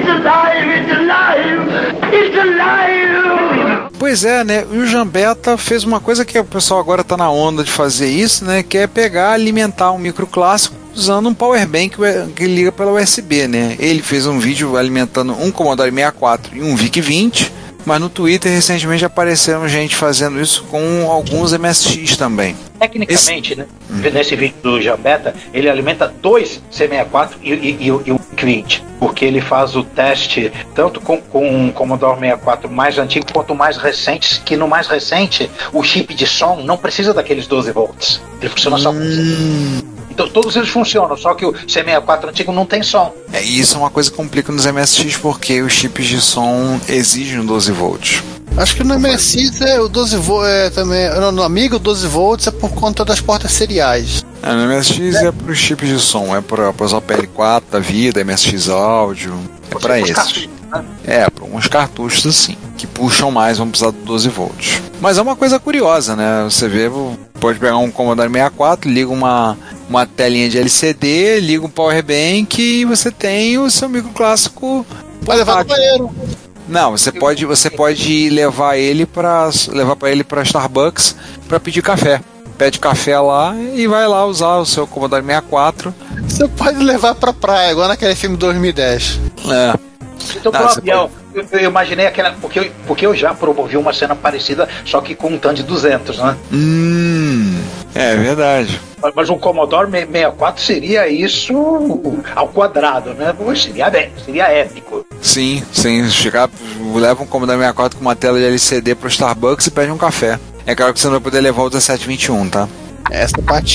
It's alive! Pois é, né? E o Gambetta fez uma coisa que o pessoal agora está na onda de fazer isso, né? Que é pegar, alimentar um microclássico usando um power bank que liga pela USB, né? Ele fez um vídeo alimentando um Commodore 64 e um VIC-20, mas no Twitter recentemente apareceram gente fazendo isso com alguns MSX também. Tecnicamente, né? Nesse vídeo do Gambetta, ele alimenta 2 C64 e o VIC-20, porque ele faz o teste tanto com o Commodore 64 mais antigo quanto o mais recente, que no mais recente o chip de som não precisa daqueles 12 volts. Ele funciona só com Então todos eles funcionam, só que o C64 antigo não tem som. E isso é uma coisa que complica nos MSX, porque os chips de som exigem 12 volts. Acho que no MSX o 12 volts também. No Amiga o 12 volts é por conta das portas seriais. No MSX é para os chips de som, é para os OPL4 da vida, MSX áudio, é para esses. Para uns cartuchos assim, que puxam mais, vão precisar do 12 volts. Mas é uma coisa curiosa, né? Você vê, pode pegar um Commodore 64, liga uma telinha de LCD, liga um power bank e você tem o seu microclássico. Vai levar no banheiro. Não, você pode levar ele para Starbucks para pedir café. Pede café lá e vai lá usar o seu Commodore 64. Você pode levar pra praia, igual naquele filme 2010. Então, pro avião, eu imaginei aquela. Porque eu já promovi uma cena parecida, só que com um TAN de 200, né? É verdade. Mas um Commodore 64 seria isso ao quadrado, né? Seria épico. Sim. Leva um Commodore 64 com uma tela de LCD pro Starbucks e pede um café. É claro que você não vai poder levar o 1721, tá? Essa parte.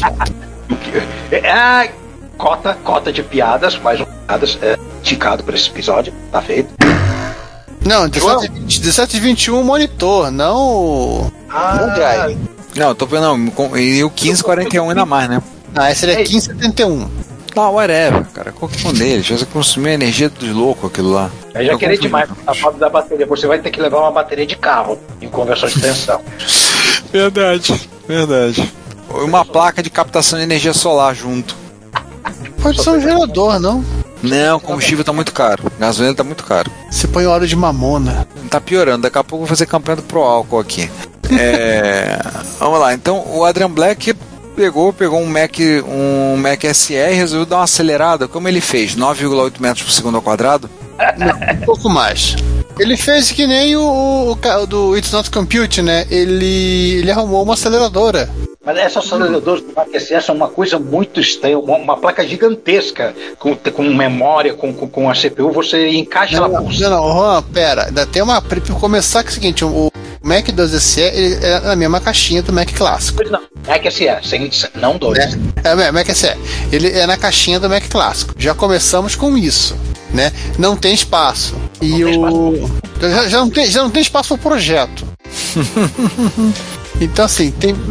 Cota de piadas, mais um piadas esticado para esse episódio, tá feito. Não, 1721 monitor, não drive. Não, eu tô vendo, e o 1541 ainda mais, né? Esse seria 1571. Whatever, cara, qualquer um deles, você consumir a energia dos loucos, aquilo lá. Eu já queria demais a foto da bateria, você vai ter que levar uma bateria de carro em conversão de tensão. Verdade. Uma placa de captação de energia solar junto. Pode ser um gerador, não? Não, o combustível tá muito caro. Gasolina tá muito caro. Você põe óleo de mamona. Tá piorando, daqui a pouco eu vou fazer campanha do Pro Álcool aqui. Vamos lá, então o Adrian Black pegou um Mac SE e resolveu dar uma acelerada. Como ele fez? 9,8 metros por segundo ao quadrado? Não, um pouco mais. Ele fez que nem o do It's Not Compute, né? Ele arrumou uma aceleradora. Mas essas aceleradores do Mac SE são uma coisa muito estranha, uma placa gigantesca com memória, com a CPU, você encaixa ela por cima. Não, Juan, pera, ainda tem uma. Pra começar que é o seguinte, o Mac 2 SE ele é na mesma caixinha do Mac clássico. Pois não, Mac SE, não 2. Mac SE, ele é na caixinha do Mac clássico. Já começamos com isso, né? Não tem espaço. E já não tem espaço para o projeto. Então assim,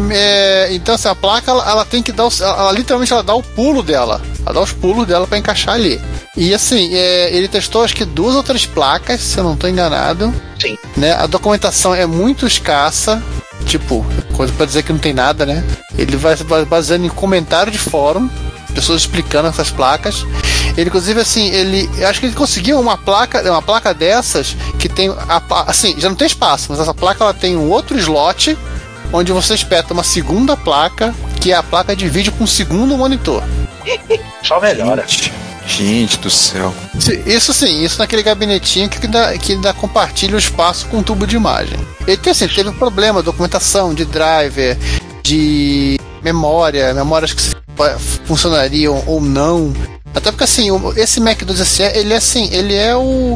a placa ela tem que dar ela literalmente ela dá o pulo dela. Ela dá os pulos dela para encaixar ali. E assim, ele testou acho que 2 ou 3 placas, se eu não estou enganado. Sim. Né? A documentação é muito escassa. Tipo, coisa para dizer que não tem nada, né? Ele vai baseando em comentário de fórum, pessoas explicando essas placas. Ele, inclusive, assim, eu acho que ele conseguiu uma placa dessas que tem, assim, já não tem espaço, mas essa placa ela tem um outro slot onde você espeta uma segunda placa, que é a placa de vídeo com um segundo monitor. Só melhora. Gente do céu. Isso naquele gabinetinho que ainda compartilha o espaço com um tubo de imagem. Ele teve um problema, documentação de driver, de memórias que funcionariam ou não. Até porque assim, esse Mac 2 SE, ele é o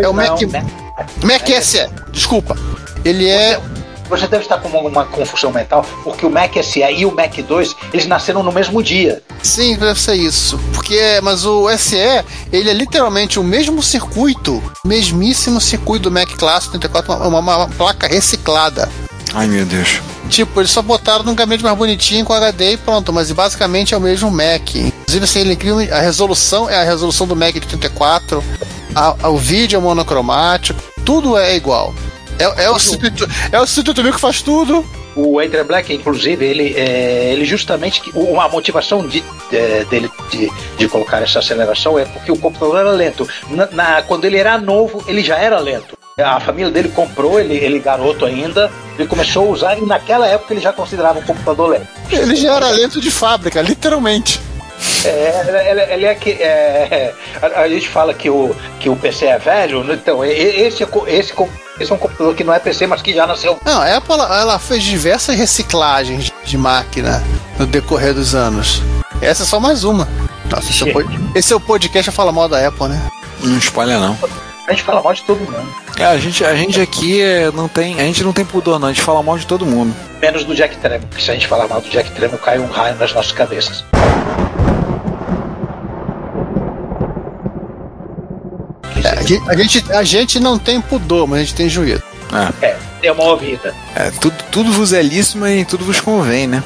Mac SE, desculpa. Ele é. Você deve estar com uma confusão mental, porque o Mac SE e o Mac 2, eles nasceram no mesmo dia. Sim, deve ser isso. Mas o SE, ele é literalmente o mesmo circuito, mesmíssimo circuito do Mac Clássico 34, uma placa reciclada. Ai, meu Deus. Tipo, eles só botaram num gabinete mais bonitinho com HD e pronto, mas basicamente é o mesmo Mac. Inclusive, assim, ele cria a resolução é a resolução do Mac de 34, o vídeo é monocromático, tudo é igual. É o substituto que faz tudo. O Adrian Black, inclusive, ele justamente a motivação dele de colocar essa aceleração é porque o computador era lento. Quando ele era novo, ele já era lento. A família dele comprou, ele garoto ainda, ele começou a usar e naquela época ele já considerava um computador lento. Ele já era lento de fábrica, literalmente. A gente fala que o PC é velho, então esse é um computador que não é PC, mas que já nasceu. Não, a Apple ela fez diversas reciclagens de máquina no decorrer dos anos. Essa é só mais uma. Nossa, esse é o podcast a falar mal da Apple, né? Não espalha não. A gente fala mal de todo mundo. A gente aqui não tem pudor não, a gente fala mal de todo mundo. Menos do Jack Tramiel, porque se a gente falar mal do Jack Tramiel, cai um raio nas nossas cabeças. A gente não tem pudor, mas a gente tem juízo. Tem uma vida. Tudo vos é lícito e tudo vos convém, né?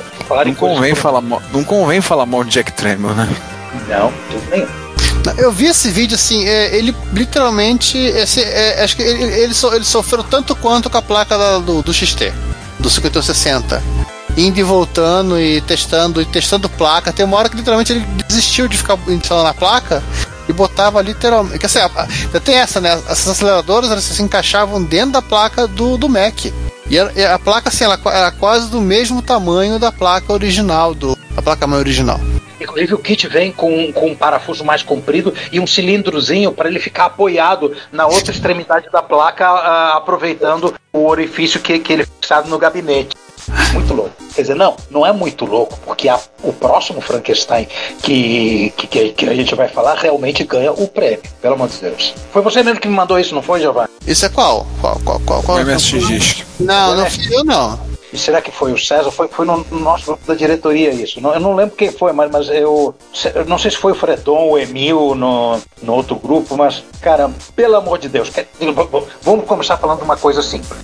Não convém falar mal de Jack Tramiel, né? Não, tudo nenhum. Eu vi esse vídeo assim, ele literalmente acho que ele sofreu tanto quanto com a placa do XT, do 5160, indo e voltando e testando placa. Tem uma hora que literalmente ele desistiu de ficar instalando a placa e botava literalmente, que assim, tem essa, né, essas aceleradoras elas se encaixavam dentro da placa do Mac, e a placa assim, ela era quase do mesmo tamanho da placa original, a placa-mãe original. Inclusive o kit vem com um parafuso mais comprido e um cilindrozinho para ele ficar apoiado na outra extremidade da placa, aproveitando o orifício que ele é fixado no gabinete. Muito louco. Quer dizer, não é muito louco, porque o próximo Frankenstein que a gente vai falar realmente ganha o prêmio, pelo amor de Deus. Foi você mesmo que me mandou isso, não foi, Giovanni? Isso é qual? Qual MSX. Não fui eu, não. E será que foi o César? Foi no nosso grupo da diretoria isso. Eu não lembro quem foi, mas eu não sei se foi o Fredon ou o Emil no outro grupo, mas, cara, pelo amor de Deus, vamos começar falando de uma coisa simples.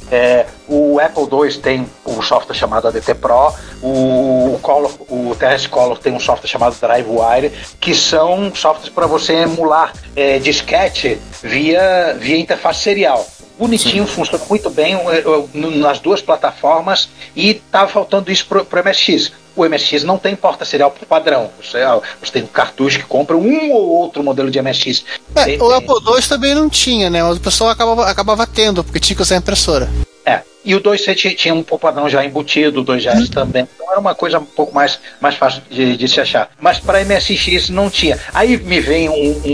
O Apple II tem um software chamado ADT Pro, o TS Color tem um software chamado DriveWire, que são softwares para você emular disquete via interface serial. Bonitinho, sim. Funciona muito bem nas duas plataformas e tá faltando isso pro MSX. O MSX não tem porta serial por padrão. Você tem um cartucho que compra um ou outro modelo de MSX. O Apple II também não tinha, né? Mas o pessoal acabava tendo, porque tinha que usar a impressora. E o 2C tinha um padrão já embutido, o 2GS também. Então era uma coisa um pouco mais fácil de se achar. Mas para MSX não tinha. Aí me vem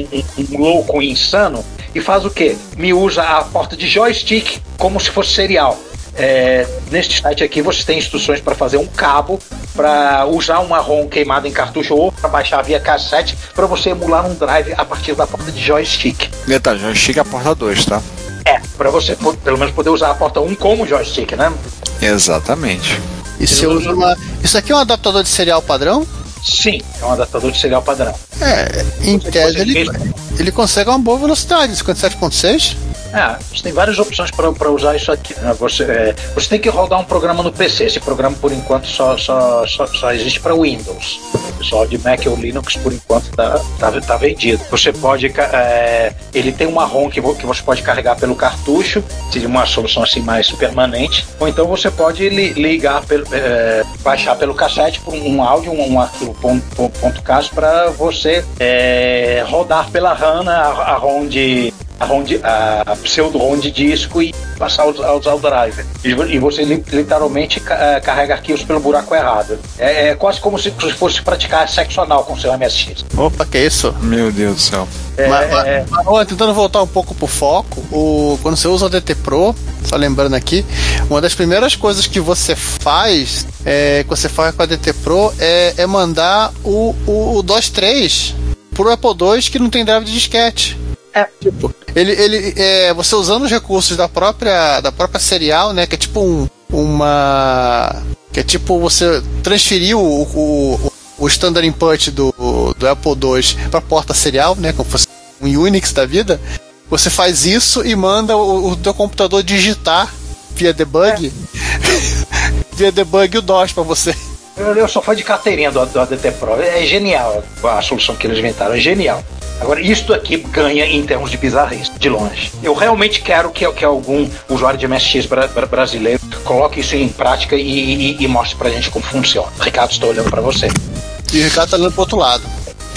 um louco insano e faz o quê? Me usa a porta de joystick como se fosse serial. Neste site aqui você tem instruções para fazer um cabo para usar uma ROM queimada em cartucho ou para baixar via cassete para você emular um drive a partir da porta de joystick. Detalhe, joystick é a porta 2, tá? Para você pelo menos poder usar a porta 1 como joystick, né? Exatamente. E se eu uso isso aqui é um adaptador de serial padrão? Sim, é um adaptador de serial padrão. Em tese ele consegue uma boa velocidade, 57.6. Você tem várias opções para usar isso aqui, né? Você tem que rodar um programa no PC. Esse programa, por enquanto, só existe para Windows. O pessoal de Mac ou Linux, por enquanto, tá vendido. Você pode... ele tem uma ROM que você pode carregar pelo cartucho, seria uma solução assim mais permanente. Ou então você pode ligar, baixar pelo cassete por um áudio, um arquivo .cas para você rodar pela RAM a pseudo-ROM de disco e passar a usar o driver. E você literalmente carrega arquivos pelo buraco errado. É quase como se fosse praticar sexo anal com seu MSX. Opa, que isso? Meu Deus do céu. Mas tentando voltar um pouco pro foco, quando você usa o DT Pro, só lembrando aqui, uma das primeiras coisas que você faz com a DT Pro é mandar o DOS 3 pro Apple II que não tem drive de disquete. Tipo, você usando os recursos da própria serial, né, que é tipo que é tipo você transferir o standard input do Apple II para porta serial, né, como fosse um Unix da vida. Você faz isso e manda o teu computador digitar via debug via debug o DOS para você. Eu sou fã de carteirinha do ADT Pro. É genial a solução que eles inventaram, é genial. Agora, isto aqui ganha em termos de bizarrice, de longe. Eu realmente quero que algum usuário de MSX brasileiro coloque isso em prática e mostre pra gente como funciona. Ricardo, estou olhando pra você. E o Ricardo tá olhando pro outro lado.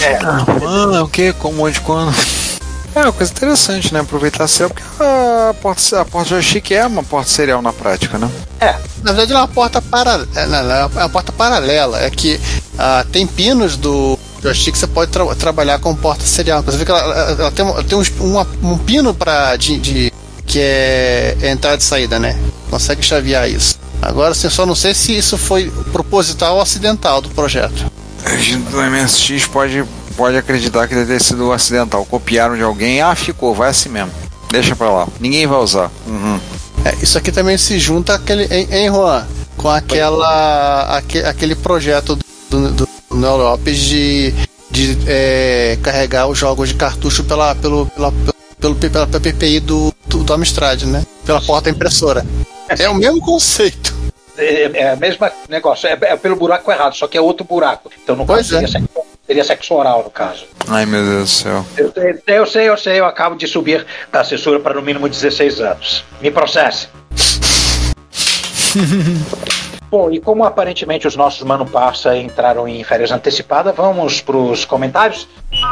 O que? Como, onde, quando? É uma coisa interessante, né? Aproveitar a serial, porque a porta joystick é uma porta serial na prática, né? Na verdade, é uma porta paralela. É que tem pinos do joystick que você pode trabalhar com porta serial. Você vê que ela tem um pino que é entrada e saída, né? Consegue chavear isso. Agora, assim, só não sei se isso foi proposital ou acidental do projeto. A gente do MSX pode acreditar que deve ter sido acidental. Copiaram de alguém, ficou, vai assim mesmo. Deixa pra lá, ninguém vai usar. Isso aqui também se junta em Juan, com aquele projeto do Noel Lopes de carregar os jogos de cartucho pela PPI do Amstrad, né? Pela porta impressora. É o mesmo conceito. É o mesmo negócio, é pelo buraco errado, só que é outro buraco. Então no caso seria sexo oral, no caso. Ai, meu Deus do céu. Eu sei, eu acabo de subir a censura para no mínimo 16 anos. Me processe. Bom, e como aparentemente os nossos Mano Parça entraram em férias antecipadas, vamos para os comentários.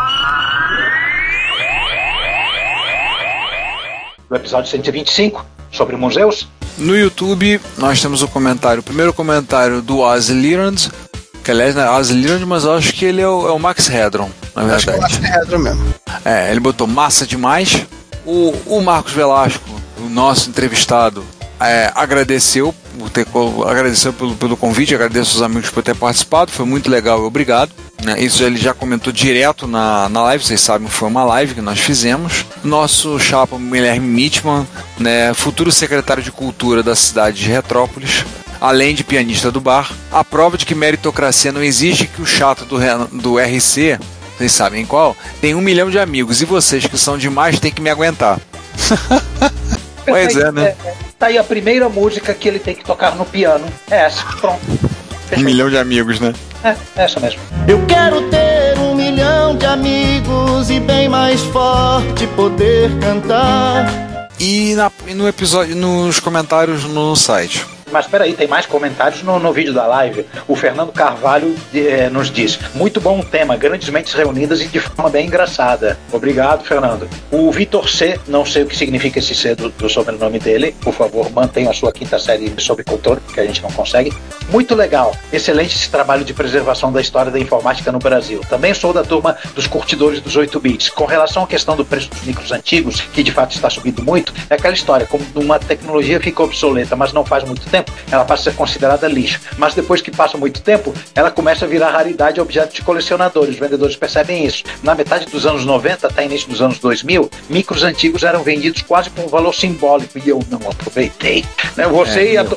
Do episódio 125, sobre museus. No YouTube, nós temos o primeiro comentário do Ozzy Lirand, que aliás não é Ozzy Lirand, mas eu acho que ele é o Max Hedron, na verdade. Acho que é o Max Hedron mesmo. Ele botou massa demais. O Marcos Velasco, o nosso entrevistado, agradeceu pelo convite, agradeço aos amigos por ter participado, foi muito legal, obrigado. Isso ele já comentou direto na live, vocês sabem, foi uma live que nós fizemos. Nosso chapa Guilherme Mitman, né, futuro secretário de Cultura da cidade de Retrópolis, além de pianista do bar. A prova de que meritocracia não existe, que o chato do RC, vocês sabem qual, tem 1 milhão de amigos, e vocês que são demais têm que me aguentar. Pois é, né? Tá aí a primeira música que ele tem que tocar no piano. É essa, pronto. Fechou. 1 milhão de amigos, né? É essa mesmo. Eu quero ter 1 milhão de amigos e bem mais forte poder cantar. E no episódio, nos comentários no site. Mas peraí, tem mais comentários no vídeo da live. O Fernando Carvalho nos diz: muito bom tema, grandes mentes reunidas e de forma bem engraçada. Obrigado, Fernando. O Vitor C, não sei o que significa esse C do sobrenome dele, por favor, mantenha a sua 5ª série sobre cultura, porque a gente não consegue. Muito legal, excelente esse trabalho de preservação da história da informática no Brasil. Também sou da turma dos curtidores dos 8 bits. Com relação à questão do preço dos micros antigos, que de fato está subindo muito, é aquela história, como uma tecnologia fica obsoleta, mas não faz muito tempo, tempo, ela passa a ser considerada lixo. Mas depois que passa muito tempo, ela começa a virar raridade, objeto de colecionadores. Os vendedores percebem isso. Na metade dos anos 90 até início dos anos 2000, micros antigos eram vendidos quase com um valor simbólico e eu não aproveitei. Você ia...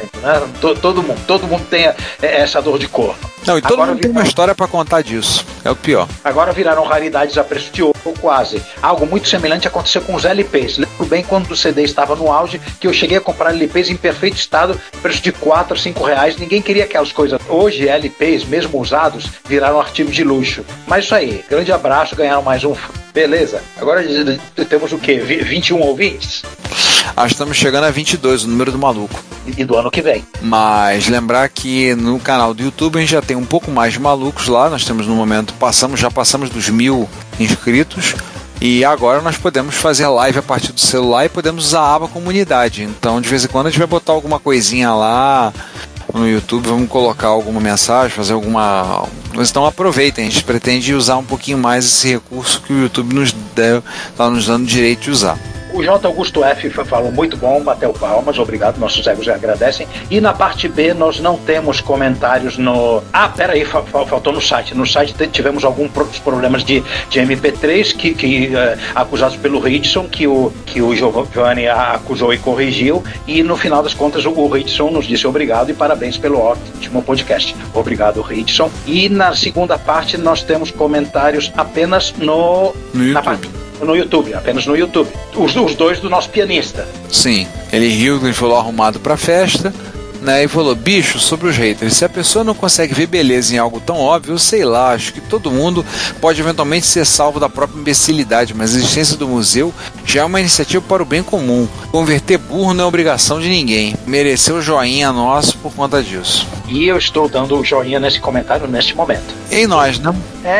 Todo mundo tem essa dor de corno. Não, e todo mundo tem uma história para contar disso. É o pior. Agora viraram raridades a preço de ouro, quase. Algo muito semelhante aconteceu com os LPs. Lembro bem quando o CD estava no auge, que eu cheguei a comprar LPs em perfeito estado, preço de 4 a 5 reais. Ninguém queria aquelas coisas. Hoje, LPs, mesmo usados, viraram artigos de luxo. Mas isso aí, grande abraço, ganharam mais um. Beleza. Agora temos o quê? 21 ouvintes? Estamos chegando a 22, o número do maluco. E do ano que vem. Mas lembrar que no canal do YouTube a gente já tem um pouco mais de malucos lá. Nós temos no momento, já passamos dos 1000 inscritos. E agora nós podemos fazer live a partir do celular e podemos usar a aba comunidade. Então de vez em quando a gente vai botar alguma coisinha lá no YouTube, vamos colocar alguma mensagem, fazer alguma... Então aproveitem, a gente pretende usar um pouquinho mais esse recurso que o YouTube está nos dando direito de usar. O J. Augusto F. falou muito bom, bateu palmas, obrigado, nossos egos agradecem. E na parte B nós não temos comentários no... peraí, faltou no site. No site tivemos alguns problemas de MP3 que acusados pelo Ridson, que o Giovanni acusou e corrigiu. E no final das contas o Ridson nos disse obrigado e parabéns pelo ótimo podcast. Obrigado, Ridson. E na segunda parte nós temos comentários apenas no YouTube, apenas no YouTube. Os dois do nosso pianista. Sim, ele riu, ele falou arrumado pra festa, né? E falou, bicho, sobre os haters, se a pessoa não consegue ver beleza em algo tão óbvio, eu sei lá, acho que todo mundo pode eventualmente ser salvo da própria imbecilidade, mas a existência do museu já é uma iniciativa para o bem comum. Converter burro não é obrigação de ninguém. Mereceu o joinha nosso por conta disso. E eu estou dando o joinha nesse comentário neste momento. E nós, né?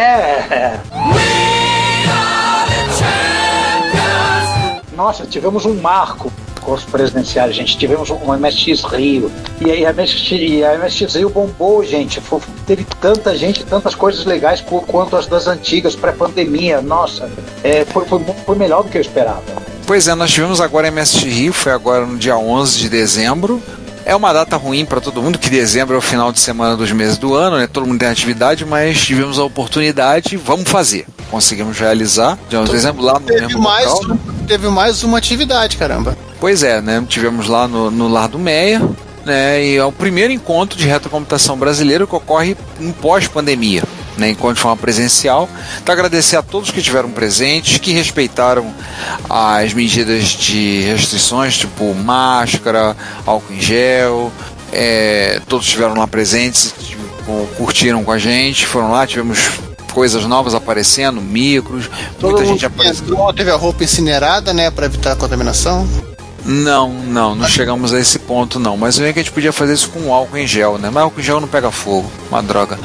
Nossa, tivemos um marco curso presidencial, gente. Tivemos um MSX Rio. E a MSX Rio bombou, gente. Teve tanta gente, tantas coisas legais quanto as das antigas, pré-pandemia. Nossa, foi melhor do que eu esperava. Pois é, nós tivemos agora a MSX Rio, foi agora no dia 11 de dezembro. É uma data ruim para todo mundo, que dezembro é o final de semana dos meses do ano, né? Todo mundo tem atividade, mas tivemos a oportunidade, vamos fazer. Conseguimos realizar. Tivemos dezembro lá no mesmo local. Teve mais uma atividade, caramba. Pois é, né? Tivemos lá no Lar do Meia, né? E é o primeiro encontro de retrocomputação brasileiro que ocorre em pós-pandemia, né, enquanto de forma presencial. Então agradecer a todos que estiveram presentes, que respeitaram as medidas de restrições, tipo máscara, álcool em gel, todos estiveram lá presentes, curtiram com a gente, foram lá, tivemos coisas novas aparecendo, micros, muita gente apareceu. Teve a roupa incinerada, né, para evitar a contaminação? Não chegamos a esse ponto não, mas eu acho que a gente podia fazer isso com álcool em gel, né? Mas álcool em gel não pega fogo, uma droga.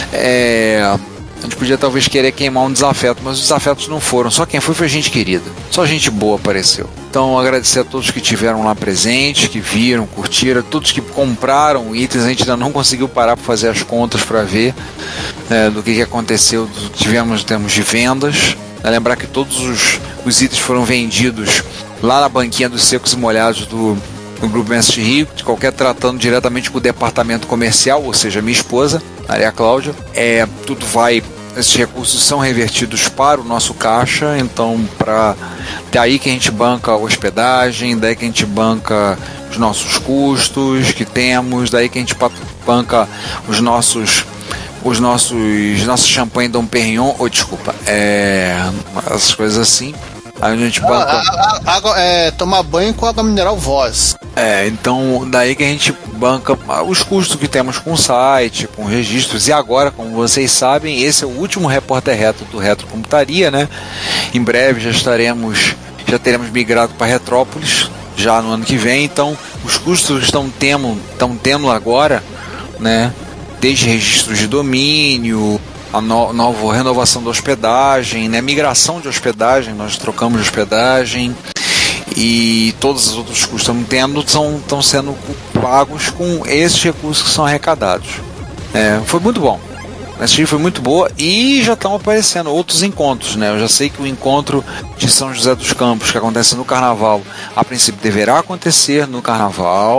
A gente podia talvez querer queimar um desafeto, mas os desafetos não foram, só quem foi gente querida, só gente boa apareceu. Então agradecer a todos que estiveram lá presentes, que viram, curtiram, todos que compraram itens. A gente ainda não conseguiu parar para fazer as contas para ver do que aconteceu, tivemos em termos de vendas. Lembrar que todos os itens foram vendidos lá na banquinha dos secos e molhados do Grupo MSX Rio, tratando diretamente com o departamento comercial, ou seja, minha esposa, Maria Cláudia. Esses recursos são revertidos para o nosso caixa, então daí que a gente banca a hospedagem, daí que a gente banca os nossos custos que temos, daí que a gente banca os nossos champanhe Dom Perignon, essas coisas assim. Aí a gente banca... tomar banho com água mineral Voz. Então daí que a gente banca os custos que temos com o site, com registros. E agora, como vocês sabem, esse é o último Repórter Retro do Retrocomputaria, né? Em breve já teremos migrado para Retrópolis, já no ano que vem. Então os custos estão tendo agora, né? Desde registros de domínio, a nova renovação da hospedagem, né? Migração de hospedagem, nós trocamos de hospedagem, e todos os outros custos que estão sendo pagos com esses recursos que são arrecadados. Foi muito bom. A SG foi muito boa e já estão aparecendo outros encontros, né? Eu já sei que o encontro de São José dos Campos, que acontece no Carnaval, a princípio deverá acontecer no Carnaval.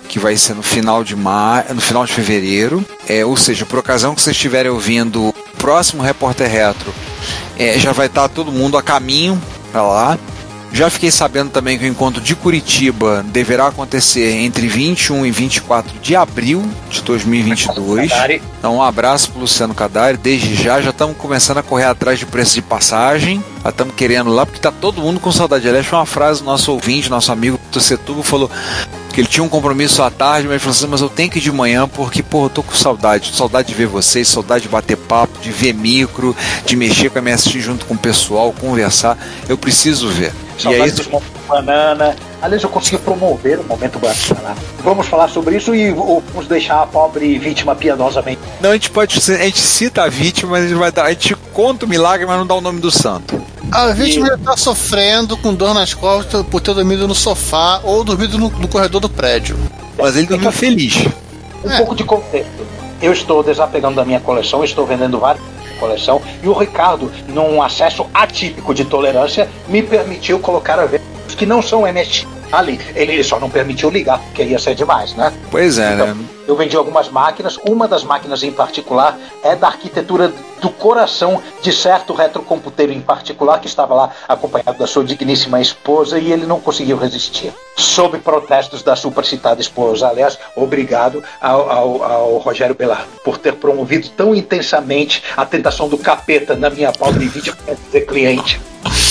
que vai ser no final de fevereiro. Ou seja, por ocasião que vocês estiverem ouvindo o próximo Repórter Retro, já vai estar todo mundo a caminho para lá. Já fiquei sabendo também que o encontro de Curitiba deverá acontecer entre 21 e 24 de abril de 2022. Então um abraço para o Luciano Cadari. Desde já estamos começando a correr atrás de preço de passagem. Já estamos querendo lá, porque está todo mundo com saudade. Aliás, foi uma frase do nosso ouvinte, nosso amigo Setubo, falou que ele tinha um compromisso à tarde, mas ele falou assim, mas eu tenho que ir de manhã porque, eu tô com saudade de ver vocês, saudade de bater papo, de ver micro, de mexer com a MSX junto com o pessoal, conversar, eu preciso ver. Saudade, e aí, dos momentos banana. Aliás, eu consegui promover o momento banana. Vamos falar sobre isso e vamos deixar a pobre vítima piedosamente. Não, a gente cita a vítima, mas a gente conta o milagre, mas não dá o nome do santo. A vítima já está sofrendo com dor nas costas por ter dormido no sofá ou dormido no corredor do prédio. Mas ele dormiu feliz. Um pouco de contexto. Eu estou desapegando da minha coleção, estou vendendo várias coleção, e o Ricardo, num acesso atípico de tolerância, me permitiu colocar a ver os que não são MSX ali. Ele só não permitiu ligar, porque ia ser demais, né? Pois é, então, né? Eu vendi algumas máquinas, uma das máquinas em particular é da arquitetura do coração de certo retrocomputeiro em particular, que estava lá acompanhado da sua digníssima esposa, e ele não conseguiu resistir. Sob protestos da supracitada esposa. Aliás, obrigado ao Rogério Belar por ter promovido tão intensamente a tentação do capeta na minha pobre vídeo de cliente.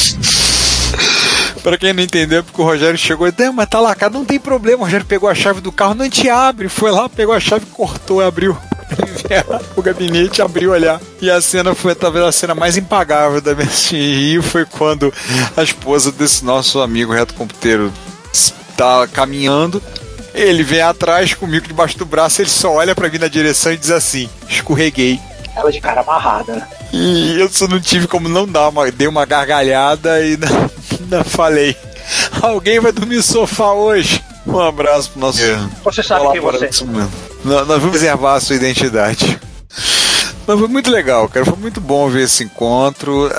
Pra quem não entendeu, porque o Rogério chegou e disse, mas tá lacrado, não tem problema. O Rogério pegou a chave do carro, não te abre. Foi lá, pegou a chave, cortou, abriu o gabinete, abriu olhar. E a cena foi talvez a cena mais impagável da MSX Rio, foi quando a esposa desse nosso amigo retrocomputeiro tá caminhando. Ele vem atrás comigo debaixo do braço, ele só olha pra mim na direção e diz assim, escorreguei. Ela de cara amarrada, né? E eu só não tive como não dar dei uma gargalhada e ainda falei, alguém vai dormir no sofá hoje? Um abraço pro nosso... Você sabe quem você é. Nós vamos reservar a sua identidade. Mas foi muito legal, cara, foi muito bom ver esse encontro.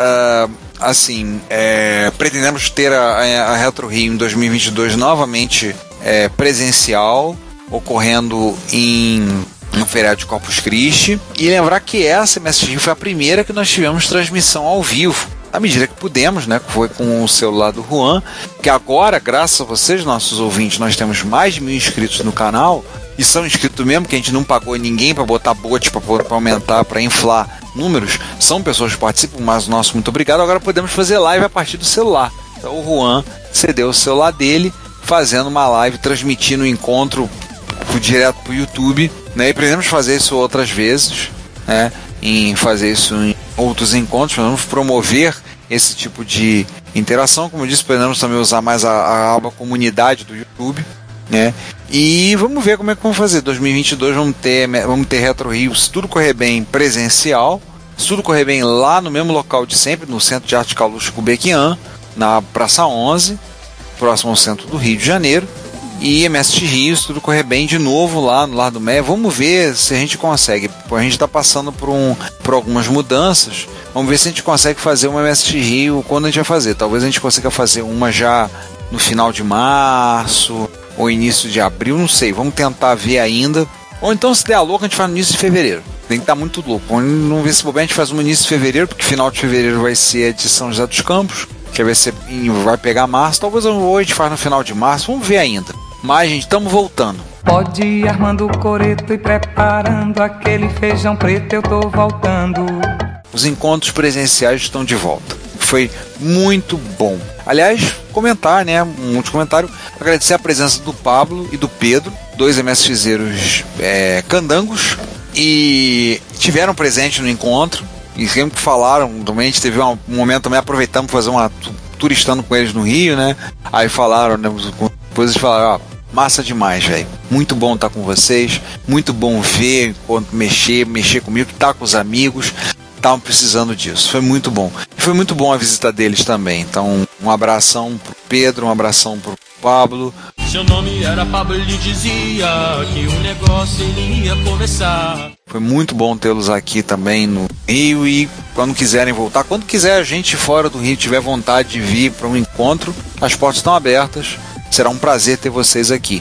Pretendemos ter a Retro Rio em 2022 novamente presencial, ocorrendo no feriado de Corpus Christi, e lembrar que essa MSX foi a primeira que nós tivemos transmissão ao vivo, à medida que pudemos, né? Foi com o celular do Juan, que agora, graças a vocês, nossos ouvintes, nós temos mais de 1.000 inscritos no canal, e são inscritos mesmo, que a gente não pagou ninguém para botar bot, para aumentar, para inflar números, são pessoas que participam, mas o nosso muito obrigado. Agora podemos fazer live a partir do celular. Então o Juan cedeu o celular dele, fazendo uma live, transmitindo o encontro direto pro YouTube, né? E pretendemos fazer isso outras vezes, né? Em fazer isso em outros encontros, vamos promover esse tipo de interação. Como eu disse, pretendemos também usar mais a aba comunidade do YouTube, né? E vamos ver como é que vamos fazer. 2022 vamos ter Retro Rio, se tudo correr bem, presencial, se tudo correr bem lá no mesmo local de sempre, no Centro de Arte Calouste Gulbenkian, na Praça 11, próximo ao centro do Rio de Janeiro. E MSX Rio, se tudo correr bem, de novo lá no Lar do Meia. Vamos ver se a gente consegue. A gente está passando por algumas mudanças. Vamos ver se a gente consegue fazer uma MSX Rio quando a gente vai fazer. Talvez a gente consiga fazer uma já no final de março ou início de abril, não sei. Vamos tentar ver ainda. Ou então, se der a louca, a gente faz no início de fevereiro. Tem que estar muito louco. Vamos ver se bobear, a gente faz no início de fevereiro, porque final de fevereiro vai ser a de São José dos Campos, que vai pegar março. Talvez hoje a gente faz no final de março. Vamos ver ainda. Mas, gente, estamos voltando. Pode ir armando o coreto e preparando aquele feijão preto, eu tô voltando. Os encontros presenciais estão de volta. Foi muito bom. Aliás, comentar, né? Um último comentário. Agradecer a presença do Pablo e do Pedro, dois MSXeiros candangos, e tiveram presente no encontro. E sempre falaram, também a gente teve um momento também, aproveitamos para fazer uma turistando com eles no Rio, né? Aí falaram, né? Depois eles falaram, massa demais, velho. Muito bom estar com vocês, muito bom ver, mexer comigo, estar com os amigos. Estavam precisando disso, foi muito bom. E foi muito bom a visita deles também. Então, um abração pro Pedro, um abração pro Pablo. Seu nome era Pablo, ele dizia que o negócio iria começar. Foi muito bom tê-los aqui também no Rio, e quando quiserem voltar, quando quiser a gente fora do Rio tiver vontade de vir para um encontro, as portas estão abertas. Será um prazer ter vocês aqui.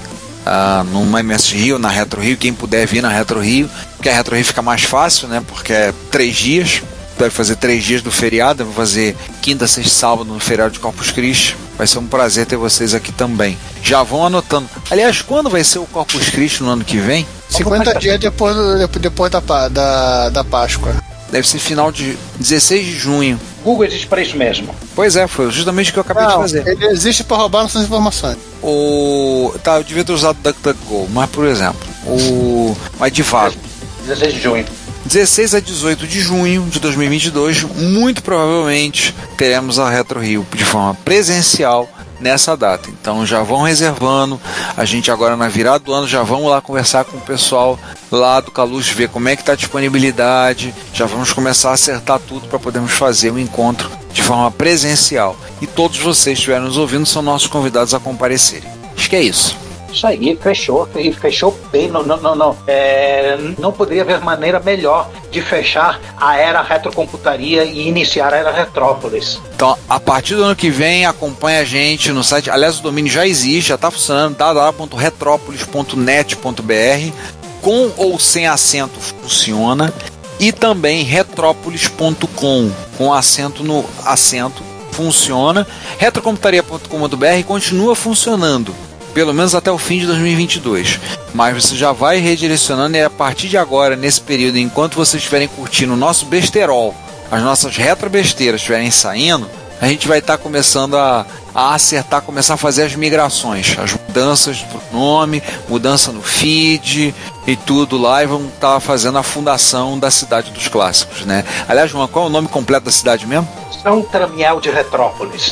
numa MS Rio, na Retro Rio, quem puder vir na Retro Rio, porque a Retro Rio fica mais fácil, né? Porque é 3 dias, deve fazer 3 dias do feriado, vou fazer quinta, sexta e sábado no feriado de Corpus Christi. Vai ser um prazer ter vocês aqui também. Já vão anotando. Aliás, quando vai ser o Corpus Christi no ano que vem? 50 dias depois da Páscoa. Deve ser final de 16 de junho. Google existe para isso mesmo. Pois é, foi justamente o que eu acabei de fazer. Ele existe para roubar nossas informações. Eu devia ter usado o DuckDuckGo, mas por exemplo, mas de fato, 16 de junho. 16 a 18 de junho de 2022, muito provavelmente teremos a Retro Rio de forma presencial nessa data. Então já vão reservando. A gente agora na virada do ano já vamos lá conversar com o pessoal lá do Calux, ver como é que está a disponibilidade. Já vamos começar a acertar tudo para podermos fazer o encontro de forma presencial. E todos vocês que estiverem nos ouvindo são nossos convidados a comparecerem. Acho que é isso. Isso aí, fechou bem. Não poderia haver maneira melhor de fechar a era retrocomputaria e iniciar a era Retrópolis. Então, a partir do ano que vem, acompanhe a gente no site. Aliás, o domínio já existe, já está funcionando, www.retropolis.net.br, com ou sem acento funciona, e também retropolis.com, com acento no acento, funciona. Retrocomputaria.com.br continua funcionando, pelo menos até o fim de 2022, mas você já vai redirecionando, e a partir de agora, nesse período, enquanto vocês estiverem curtindo o nosso besterol, as nossas retrobesteiras estiverem saindo, a gente vai estar começando a acertar, começar a fazer as migrações, as mudanças do nome, mudança no feed e tudo lá, e vamos estar fazendo a fundação da Cidade dos Clássicos, né? Aliás, João, qual é o nome completo da cidade mesmo? São Tramiel de Retrópolis.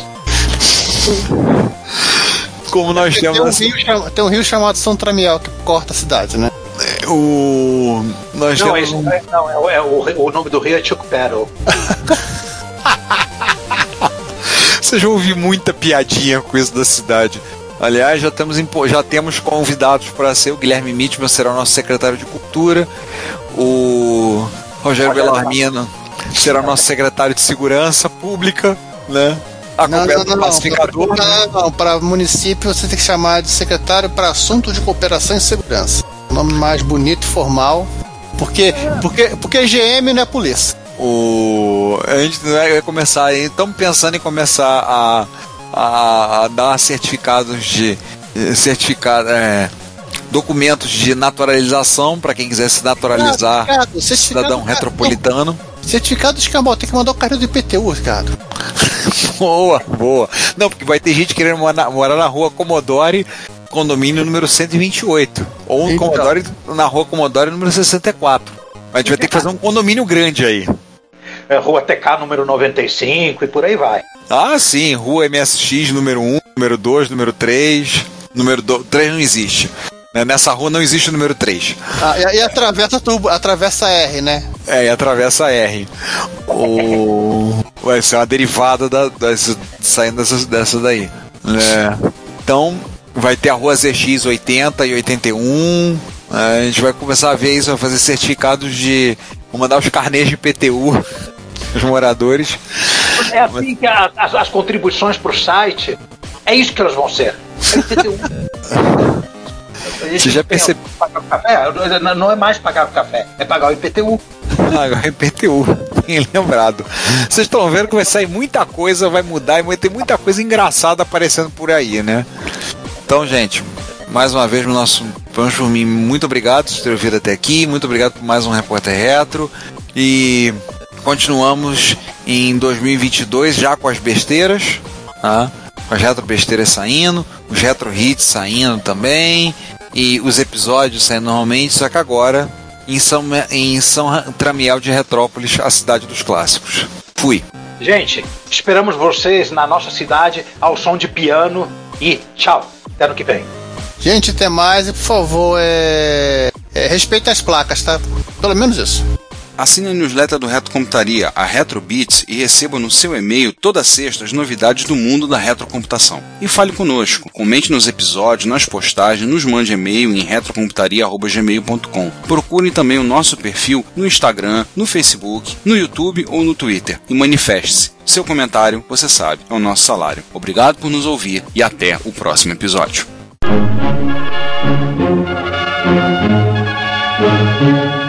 Como nós temos tem um rio chamado São Tramiel que corta a cidade, né? O nome do rio é Chuck Battle. Vocês vão ouvir muita piadinha com isso da cidade. Aliás, já temos convidados para ser. O Guilherme Mitchell será o nosso secretário de Cultura. O Rogério Bellarmino será o nosso secretário de Segurança Pública, né? Não, para município você tem que chamar de secretário para assuntos de cooperação e segurança. Nome mais bonito e formal. Porque GM não é polícia. A gente vai começar, estamos pensando em começar a dar documentos de naturalização para quem quiser se naturalizar, cidadão retropolitano. Certificado de escambau, tem que mandar o cartão do IPTU, Ricardo. Boa. Não, porque vai ter gente querendo morar na rua Commodore, condomínio número 128. Ou na rua Commodore número 64. A gente vai ter que fazer um condomínio grande aí. Rua TK número 95 e por aí vai. Ah, sim, rua MSX número 1, número 2, número 3. Número 3 não existe. Nessa rua não existe o número 3. E atravessa R, né? E atravessa R. Vai ser uma derivada saindo dessa daí. Então, vai ter a rua ZX 80 e 81. A gente vai começar a ver isso, vai fazer certificados vou mandar os carnês de IPTU os moradores. É assim que as contribuições para o site, é isso que elas vão ser. É IPTU. Você já percebeu? Não é mais pagar o café, é pagar o IPTU. Agora é IPTU, bem lembrado. Vocês estão vendo que vai sair muita coisa, vai mudar e vai ter muita coisa engraçada aparecendo por aí, né? Então, gente, mais uma vez, muito obrigado por ter ouvido até aqui, muito obrigado por mais um Repórter Retro, e continuamos em 2022 já com as besteiras, tá? Com as retro besteiras saindo, os retro hits saindo também, e os episódios saindo normalmente, só que agora em São Tramiel de Retrópolis, a cidade dos clássicos. Fui. Gente, esperamos vocês na nossa cidade ao som de piano e tchau, até ano que vem. Gente, até mais e por favor, respeite as placas, tá? Pelo menos isso. Assine a newsletter do Retrocomputaria, a RetroBits, e receba no seu e-mail toda sexta as novidades do mundo da retrocomputação. E fale conosco, comente nos episódios, nas postagens, nos mande e-mail em retrocomputaria@gmail.com. Procure também o nosso perfil no Instagram, no Facebook, no YouTube ou no Twitter e manifeste-se. Seu comentário, você sabe, é o nosso salário. Obrigado por nos ouvir e até o próximo episódio. Thank you.